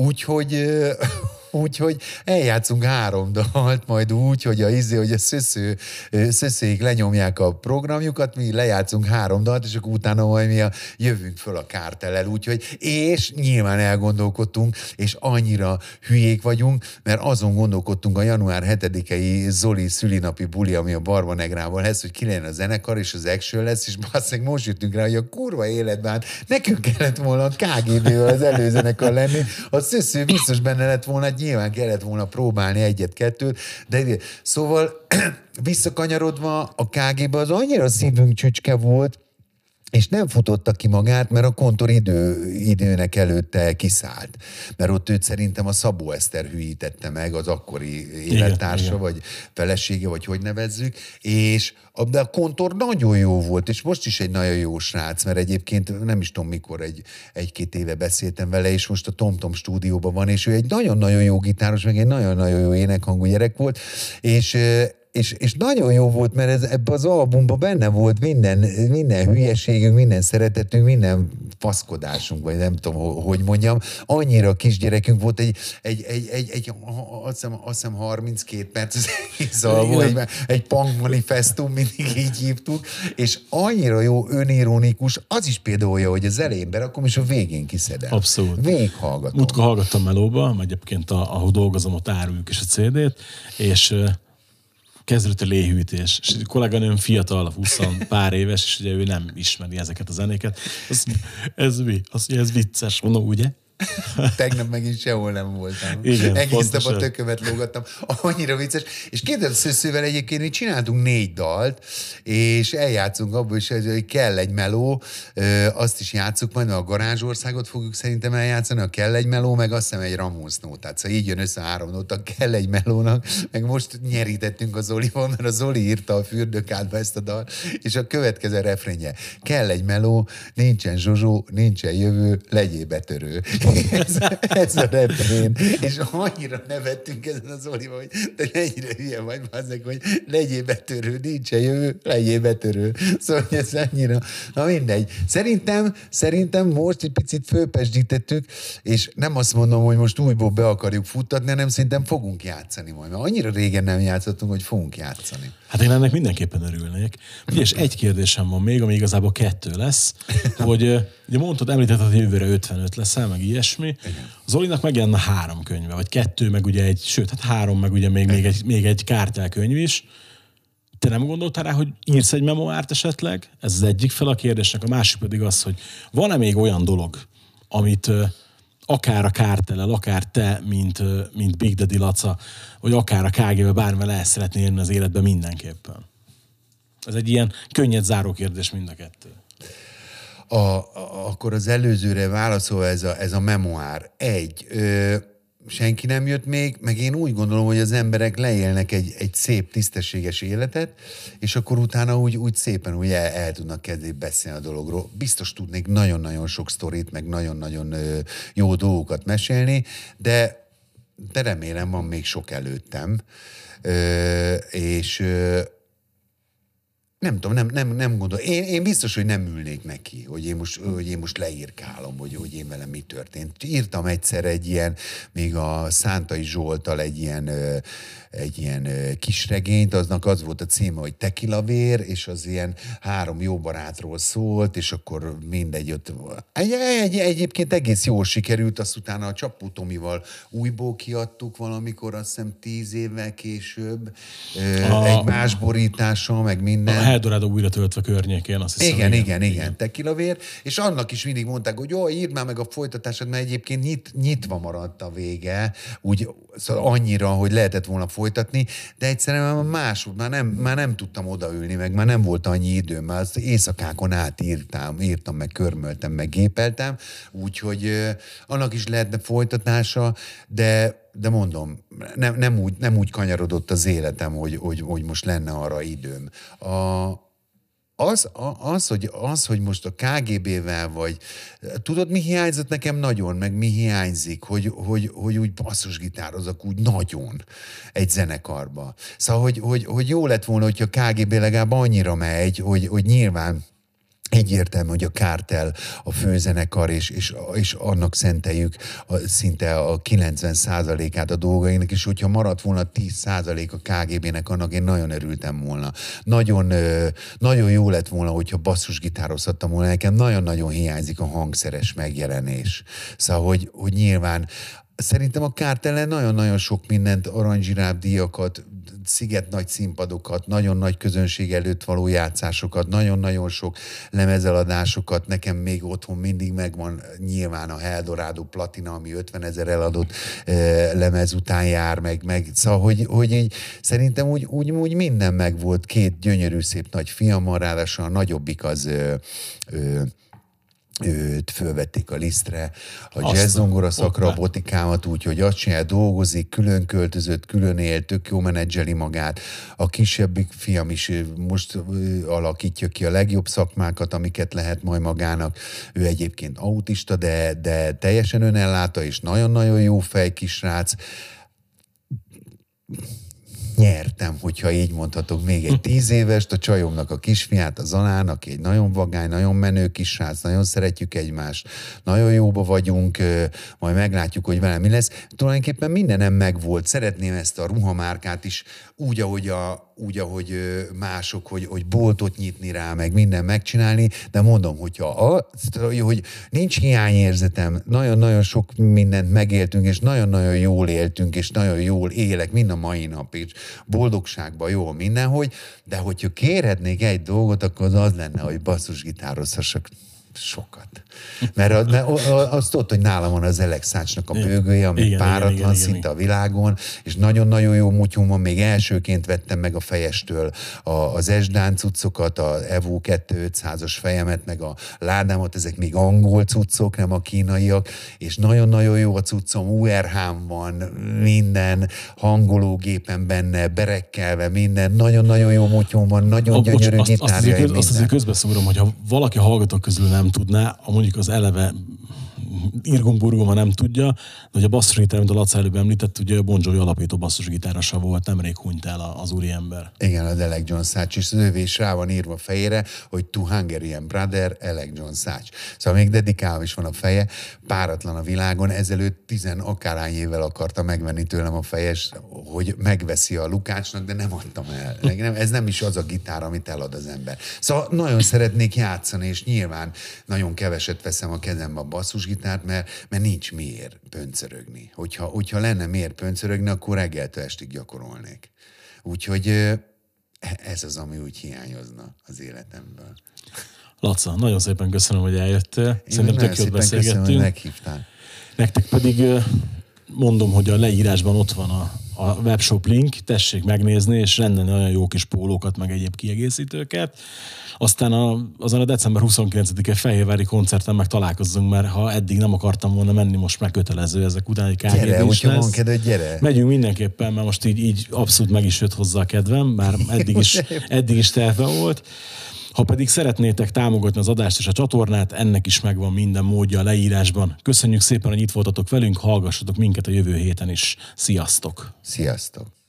Úgyhogy eljátszunk 3 dalt, majd úgy, hogy a Szöszőik lenyomják a programjukat, mi lejátszunk 3 dalt, és akkor utána majd mi jövünk föl a kártellel, és nyilván elgondolkodtunk, és annyira hülyék vagyunk, mert azon gondolkodtunk a január 7-i Zoli szülinapi buli, ami a Barba Negrával lesz, hogy ki legyen a zenekar, és az Action lesz, és basszeg most jöttünk rá, hogy a kurva életben, hát nekünk kellett volna a KGB-vel az előzenekar lenni, a Szösző biztos benne lett volna, nyilván kellett volna próbálni 1-2, de szóval visszakanyarodva a KG-be az annyira szívünk csücske volt, és nem futotta ki magát, mert a Kontor időnek előtte kiszállt. Mert ott őt szerintem a Szabó Eszter hülyítette meg, az akkori élettársa, igen. Vagy felesége, vagy hogy nevezzük, de a Kontor nagyon jó volt, és most is egy nagyon jó srác, mert egyébként nem is tudom mikor, 1-2 éve beszéltem vele, és most a TomTom stúdióban van, és ő egy nagyon-nagyon jó gitáros, meg egy nagyon-nagyon jó énekhangú gyerek volt, és nagyon jó volt, mert ebben az albumban benne volt minden hülyeségünk, minden szeretetünk, minden faszkodásunk, vagy nem tudom, hogy mondjam. Annyira kisgyerekünk volt, azt hiszem 32 perc az egész album, egy punk manifestum, mindig így hívtuk, és annyira jó, önironikus, az is például olyan, hogy az elején berakom, és a végén kiszedem. Abszolút. Végighallgatom. Múltkor hallgattam melóba, egyébként ahol dolgozom, ott áruljuk is a CD-t, és kezdődött a léhűtés. És a kolléganőm fiatal, 20 pár éves, és ugye ő nem ismeri ezeket a zenéket. Ez mi? Azt mondja, ez vicces, mondom, ugye? Tegnap megint sehol nem voltam. Igen, egész nap a tökömet lógattam. Annyira vicces. És kérdez Szöszővel egyébként, mi csináltunk 4 dalt, és eljátszunk abból is, hogy kell egy meló, azt is játsszuk majd, mert a Garázsországot fogjuk szerintem eljátszani, a kell egy meló, meg azt hiszem egy Ramones nótát. Szóval így jön össze 3 nóta, kell egy melónak, meg most nyerítettünk a Zolival, mert a Zoli írta a fürdőkádba ezt a dal, és a következő refrénje. Kell egy meló, nincsen zsuzsó, nincsen jövő, legyél betörő. Ez a refrén. És annyira nevettünk ezen az Zolival, hogy de ennyire hülye vagy, bazzeg, hogy legyél betörő, nincsen jövő, legyél betörő. Szóval ez annyira, na mindegy. Szerintem most egy picit fölpesdítettük, és nem azt mondom, hogy most újból be akarjuk futtatni, hanem szerintem fogunk játszani majd. Mert annyira régen nem játszottunk, hogy fogunk játszani. Hát én ennek mindenképpen örülnék. Ugye, és egy kérdésem van még, ami igazából 2 lesz, hogy ugye mondtad, említetted, hogy jövőre 55 leszel, meg ilyesmi. Zolinak megjelenne 3 könyve, vagy 2, meg ugye sőt, 3, meg ugye még egy kártyálkönyv is. Te nem gondoltál rá, hogy írsz egy memoárt esetleg? Ez az egyik fel a kérdésnek, a másik pedig az, hogy van-e még olyan dolog, amit akár a Kártellel, akár te, mint Big Daddy Laca, vagy akár a KG-be bármivel el szeretnél élni az életben mindenképpen. Ez egy ilyen könnyed záró kérdés mind a 2. Akkor az előzőre válaszolva ez a memoár. Senki nem jött még, meg én úgy gondolom, hogy az emberek leélnek egy szép, tisztességes életet, és akkor utána úgy szépen úgy el tudnak kezdeni beszélni a dologról. Biztos tudnék nagyon-nagyon sok sztorit, meg nagyon-nagyon jó dolgokat mesélni, de remélem van még sok előttem, Nem tudom, nem gondolom. Én biztos, hogy nem ülnék neki, hogy én most leírkálom, hogy én velem mi történt. Írtam egyszer egy ilyen, még a Szántai Zsolttal egy ilyen kisregényt, aznak az volt a címe, hogy Tekilavér, és az ilyen 3 jó barátról szólt, és akkor mindegy ott. Egyébként egész jól sikerült, azt utána a Csapó Tomival újból kiadtuk valamikor, azt hiszem 10 évvel később, egy más borítással, meg minden. A Eldorado újra töltve környékén, azt hiszem. Igen, Tekilavér, és annak is mindig mondták, hogy jó, írd már meg a folytatását, mert egyébként nyitva maradt a vége, úgy szóval annyira, hogy lehetett volna folytatni, de egyszerűen már nem tudtam odaülni, meg már nem volt annyi időm, már azt éjszakákon írtam, meg körmöltem, meg gépeltem, úgyhogy annak is lehetne folytatása, de mondom, nem úgy kanyarodott az életem, hogy most lenne arra időm. Az, hogy most a KGB-vel vagy... Tudod, mi hiányzott nekem nagyon, meg mi hiányzik, hogy úgy basszusgitározok úgy nagyon egy zenekarba. Szóval, hogy jó lett volna, hogyha a KGB legalább annyira megy, hogy nyilván egyértelmű, hogy a Kártel a főzenekar, és annak szenteljük szinte a 90%-át a dolgainak, és hogyha maradt volna 10% a KGB-nek, annak én nagyon örültem volna. Nagyon jó lett volna, hogyha basszusgitározhattam volna, nekem nagyon-nagyon hiányzik a hangszeres megjelenés. Szóval, hogy nyilván szerintem a Kártelen nagyon-nagyon sok mindent, aranzsirábdíjakat, sziget nagy színpadokat, nagyon nagy közönség előtt való játszásokat, nagyon-nagyon sok lemezeladásokat, nekem még otthon mindig megvan nyilván a Eldorado Platina, ami 50 000 eladott lemez után jár, meg szóval, hogy így, szerintem úgy minden megvolt, 2 gyönyörű szép nagy fiammal, ráadásul a nagyobbik az őt fölvették a lisztre, a jazzzongora szakra botikámat, úgyhogy azt csinál, dolgozik, külön költözött, külön él, tök jó menedzseli magát. A kisebbik fiam is most alakítja ki a legjobb szakmákat, amiket lehet majd magának. Ő egyébként autista, de teljesen önelláta, és nagyon-nagyon jó fej kisrác. Nyertem, hogyha így mondhatok, még egy 10 évest, a csajomnak a kisfiát, a Zalán, aki egy nagyon vagány, nagyon menő kisrác, nagyon szeretjük egymást, nagyon jóba vagyunk, majd meglátjuk, hogy velem mi lesz. Tulajdonképpen mindenem megvolt. Szeretném ezt a ruhamárkát is úgy, ahogy mások, hogy boltot nyitni rá, meg minden megcsinálni, de mondom, hogy nincs hiányérzetem, nagyon-nagyon sok mindent megéltünk, és nagyon-nagyon jól éltünk, és nagyon jól élek, mind a mai nap is. Boldogságban jól mindenhogy, de hogyha kérhetnék egy dolgot, akkor az lenne, hogy basszusgitározhassak sokat. Mert azt tudod, hogy nálam van az Alex Szácsnak a bőgője, ami páratlan szinte a világon, és nagyon-nagyon jó mutyum van, még elsőként vettem meg a fejestől az Esdán cuccokat, a Evo 2500-as fejemet, meg a ládámat, ezek még angol cuccok, nem a kínaiak, és nagyon-nagyon jó a cuccom, URH-m van, minden, hangológépen benne, berekkelve, minden, nagyon-nagyon jó mutyum van, nagyon gyönyörű gitárja. Azt azért közbeszúrom, hogyha valaki hallgatók közül nem tudná, mondjuk az eleve Irgum-burgum, ha nem tudja, de hogy a basszusgitár, mint a Laca előbb említett, ugye a Bon Jovi alapító basszusgitárosa volt, nemrég hunyt el az úriember. Igen, az Alec John Such, és az övé is rá van írva a fejére, hogy To Hungarian Brother, Alec John Such. Szóval még dedikálva is van a feje, páratlan a világon, ezelőtt 10 akárhány évvel akarta megvenni tőlem a fejes, hogy megveszi a Lukácsnak, de nem adtam el. Ez nem is az a gitár, amit elad az ember. Szóval nagyon szeretnék játszani, és nyilván nagyon keveset veszem a kezembe a basszusgitárt, mert nincs miért pöncörögni. Hogyha lenne miért pöncörögni, akkor reggeltől estig gyakorolnék. Úgyhogy ez az, ami úgy hiányozna az életemből. Laca, nagyon szépen köszönöm, hogy eljöttél. Szerintem tök jót beszélgettünk. Köszönöm, hogy meghívtál. Nektek pedig mondom, hogy a leírásban ott van a webshop link, tessék megnézni, és rendelni olyan jó kis pólókat, meg egyéb kiegészítőket. Aztán azon a december 29-e Fehérvári koncerten meg találkozzunk, mert ha eddig nem akartam volna menni, most már kötelező ezek után, egy KGB gyere, is lesz. Kedve, gyere. Megyünk mindenképpen, mert most így abszolút meg is jött hozzá a kedvem, bár eddig is terve volt. Ha pedig szeretnétek támogatni az adást és a csatornát, ennek is megvan minden módja a leírásban. Köszönjük szépen, hogy itt voltatok velünk, hallgassatok minket a jövő héten is. Sziasztok! Sziasztok!